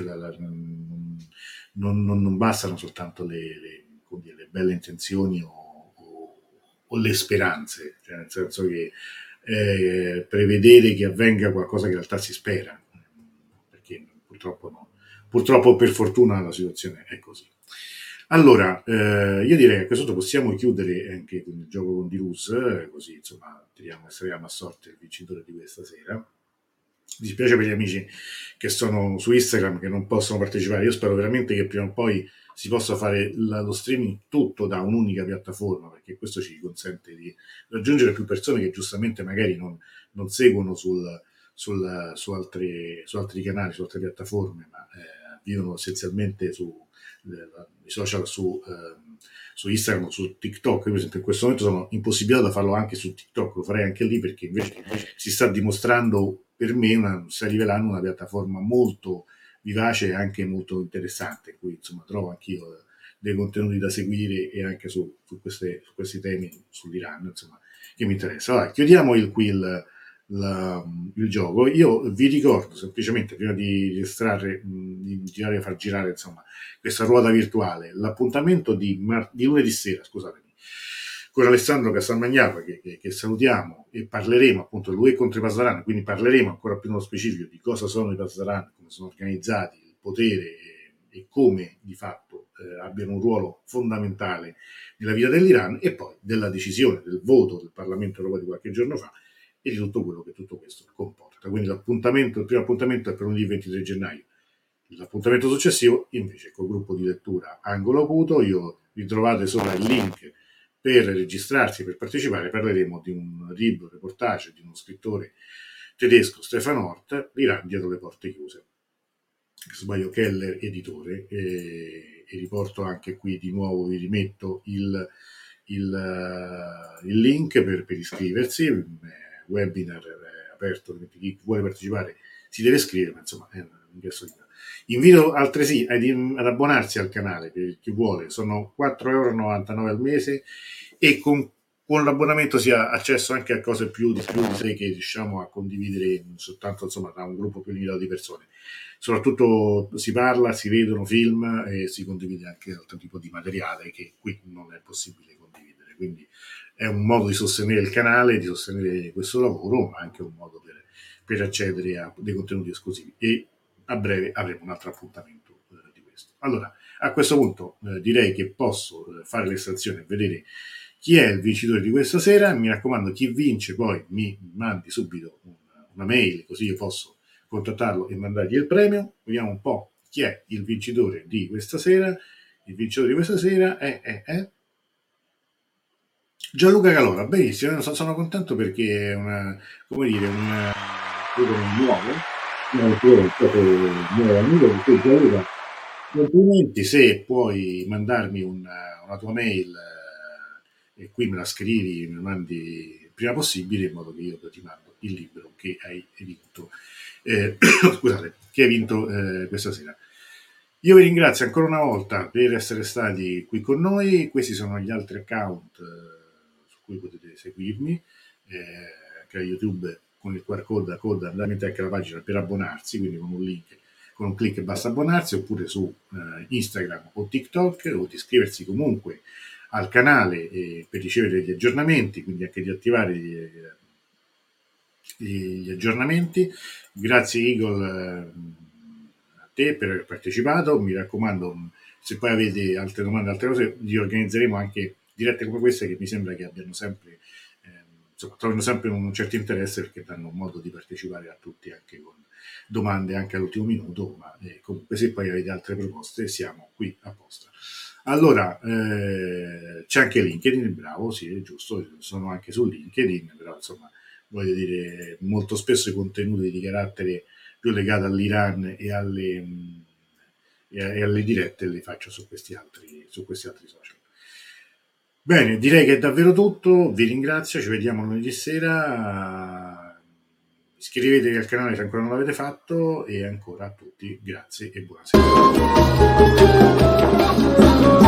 non bastano soltanto le belle intenzioni o le speranze, cioè nel senso che prevedere che avvenga qualcosa che in realtà si spera, perché purtroppo no. Purtroppo per fortuna la situazione è così. Allora, io direi che a questo punto possiamo chiudere anche con il gioco con Dirus, così insomma estraiamo a sorte il vincitore di questa sera. Mi dispiace per gli amici che sono su Instagram che non possono partecipare. Io spero veramente che prima o poi si possa fare lo streaming tutto da un'unica piattaforma, perché questo ci consente di raggiungere più persone che giustamente magari non seguono su altri canali, su altre piattaforme, ma vivono essenzialmente sui social, su Instagram o su TikTok. Io, per esempio, in questo momento sono impossibilitato da farlo anche su TikTok, lo farei anche lì perché invece si sta dimostrando per me, sta rivelando una piattaforma molto vivace e anche molto interessante, in cui insomma trovo anch'io dei contenuti da seguire e anche su questi temi sull'Iran, insomma, che mi interessa. Allora, chiudiamo qui il gioco. Io vi ricordo semplicemente, prima di estrarre, di girare, far girare insomma questa ruota virtuale, l'appuntamento di lunedì sera, scusatemi, con Alessandro Castelmagnapa che salutiamo e parleremo appunto lui contro i Pasdaran, quindi parleremo ancora più nello specifico di cosa sono i Pasdaran, come sono organizzati, il potere e come di fatto abbiano un ruolo fondamentale nella vita dell'Iran, e poi della decisione del voto del Parlamento europeo di qualche giorno fa e di tutto quello che tutto questo comporta. Quindi il primo appuntamento è per lunedì 23 gennaio. L'appuntamento successivo invece col gruppo di lettura Angolo Acuto. Vi trovate sopra il link per registrarsi e per partecipare. Parleremo di un libro, reportage di uno scrittore tedesco, Stefan Hort, l'Iran dietro le porte chiuse. Sbaglio, Keller editore, e riporto anche qui di nuovo, vi rimetto il link per iscriversi. Webinar aperto, chi vuole partecipare si deve iscrivere, ma insomma è un ingresso libero. Invito altresì ad abbonarsi al canale per chi vuole, sono 4,99 € al mese e con l'abbonamento si ha accesso anche a cose più di sé che riusciamo a condividere soltanto insomma da un gruppo più limitato di persone. Soprattutto si parla, si vedono film e si condivide anche altro tipo di materiale che qui non è possibile condividere. Quindi è un modo di sostenere il canale, di sostenere questo lavoro, ma anche un modo per accedere a dei contenuti esclusivi. E a breve avremo un altro appuntamento di questo. Allora, a questo punto direi che posso fare l'estrazione e vedere chi è il vincitore di questa sera. Mi raccomando, chi vince poi mi mandi subito una mail, così io posso contattarlo e mandargli il premio. Vediamo un po' chi è il vincitore di questa sera. Il vincitore di questa sera è Gianluca Calora. Benissimo, sono contento perché è come dire, un nuovo amico, per cui Gianluca, complimenti. Se puoi mandarmi una tua mail e qui me la scrivi, me la mandi il prima possibile in modo che io ti mando il libro che hai vinto, scusate, che hai vinto questa sera. Io vi ringrazio ancora una volta per essere stati qui con noi. Questi sono gli altri account su cui potete seguirmi, che è YouTube con il QR code andate anche alla pagina per abbonarsi, quindi con un link, con un clic basta abbonarsi, oppure su Instagram o TikTok, o di iscriversi comunque al canale per ricevere gli aggiornamenti, quindi anche di attivare gli aggiornamenti. Grazie Eagle a te per aver partecipato, mi raccomando, se poi avete altre domande, altre cose, vi organizzeremo anche dirette come queste, che mi sembra che abbiano sempre, insomma, trovino sempre un certo interesse, perché danno modo di partecipare a tutti, anche con domande anche all'ultimo minuto, ma comunque se poi avete altre proposte siamo qui apposta. Allora, c'è anche LinkedIn, bravo, sì, è giusto, sono anche su LinkedIn, però insomma, voglio dire, molto spesso i contenuti di carattere più legato all'Iran e alle dirette li faccio su questi altri social. Bene, direi che è davvero tutto, vi ringrazio, ci vediamo lunedì sera, iscrivetevi al canale se ancora non l'avete fatto, e ancora a tutti grazie e buonasera.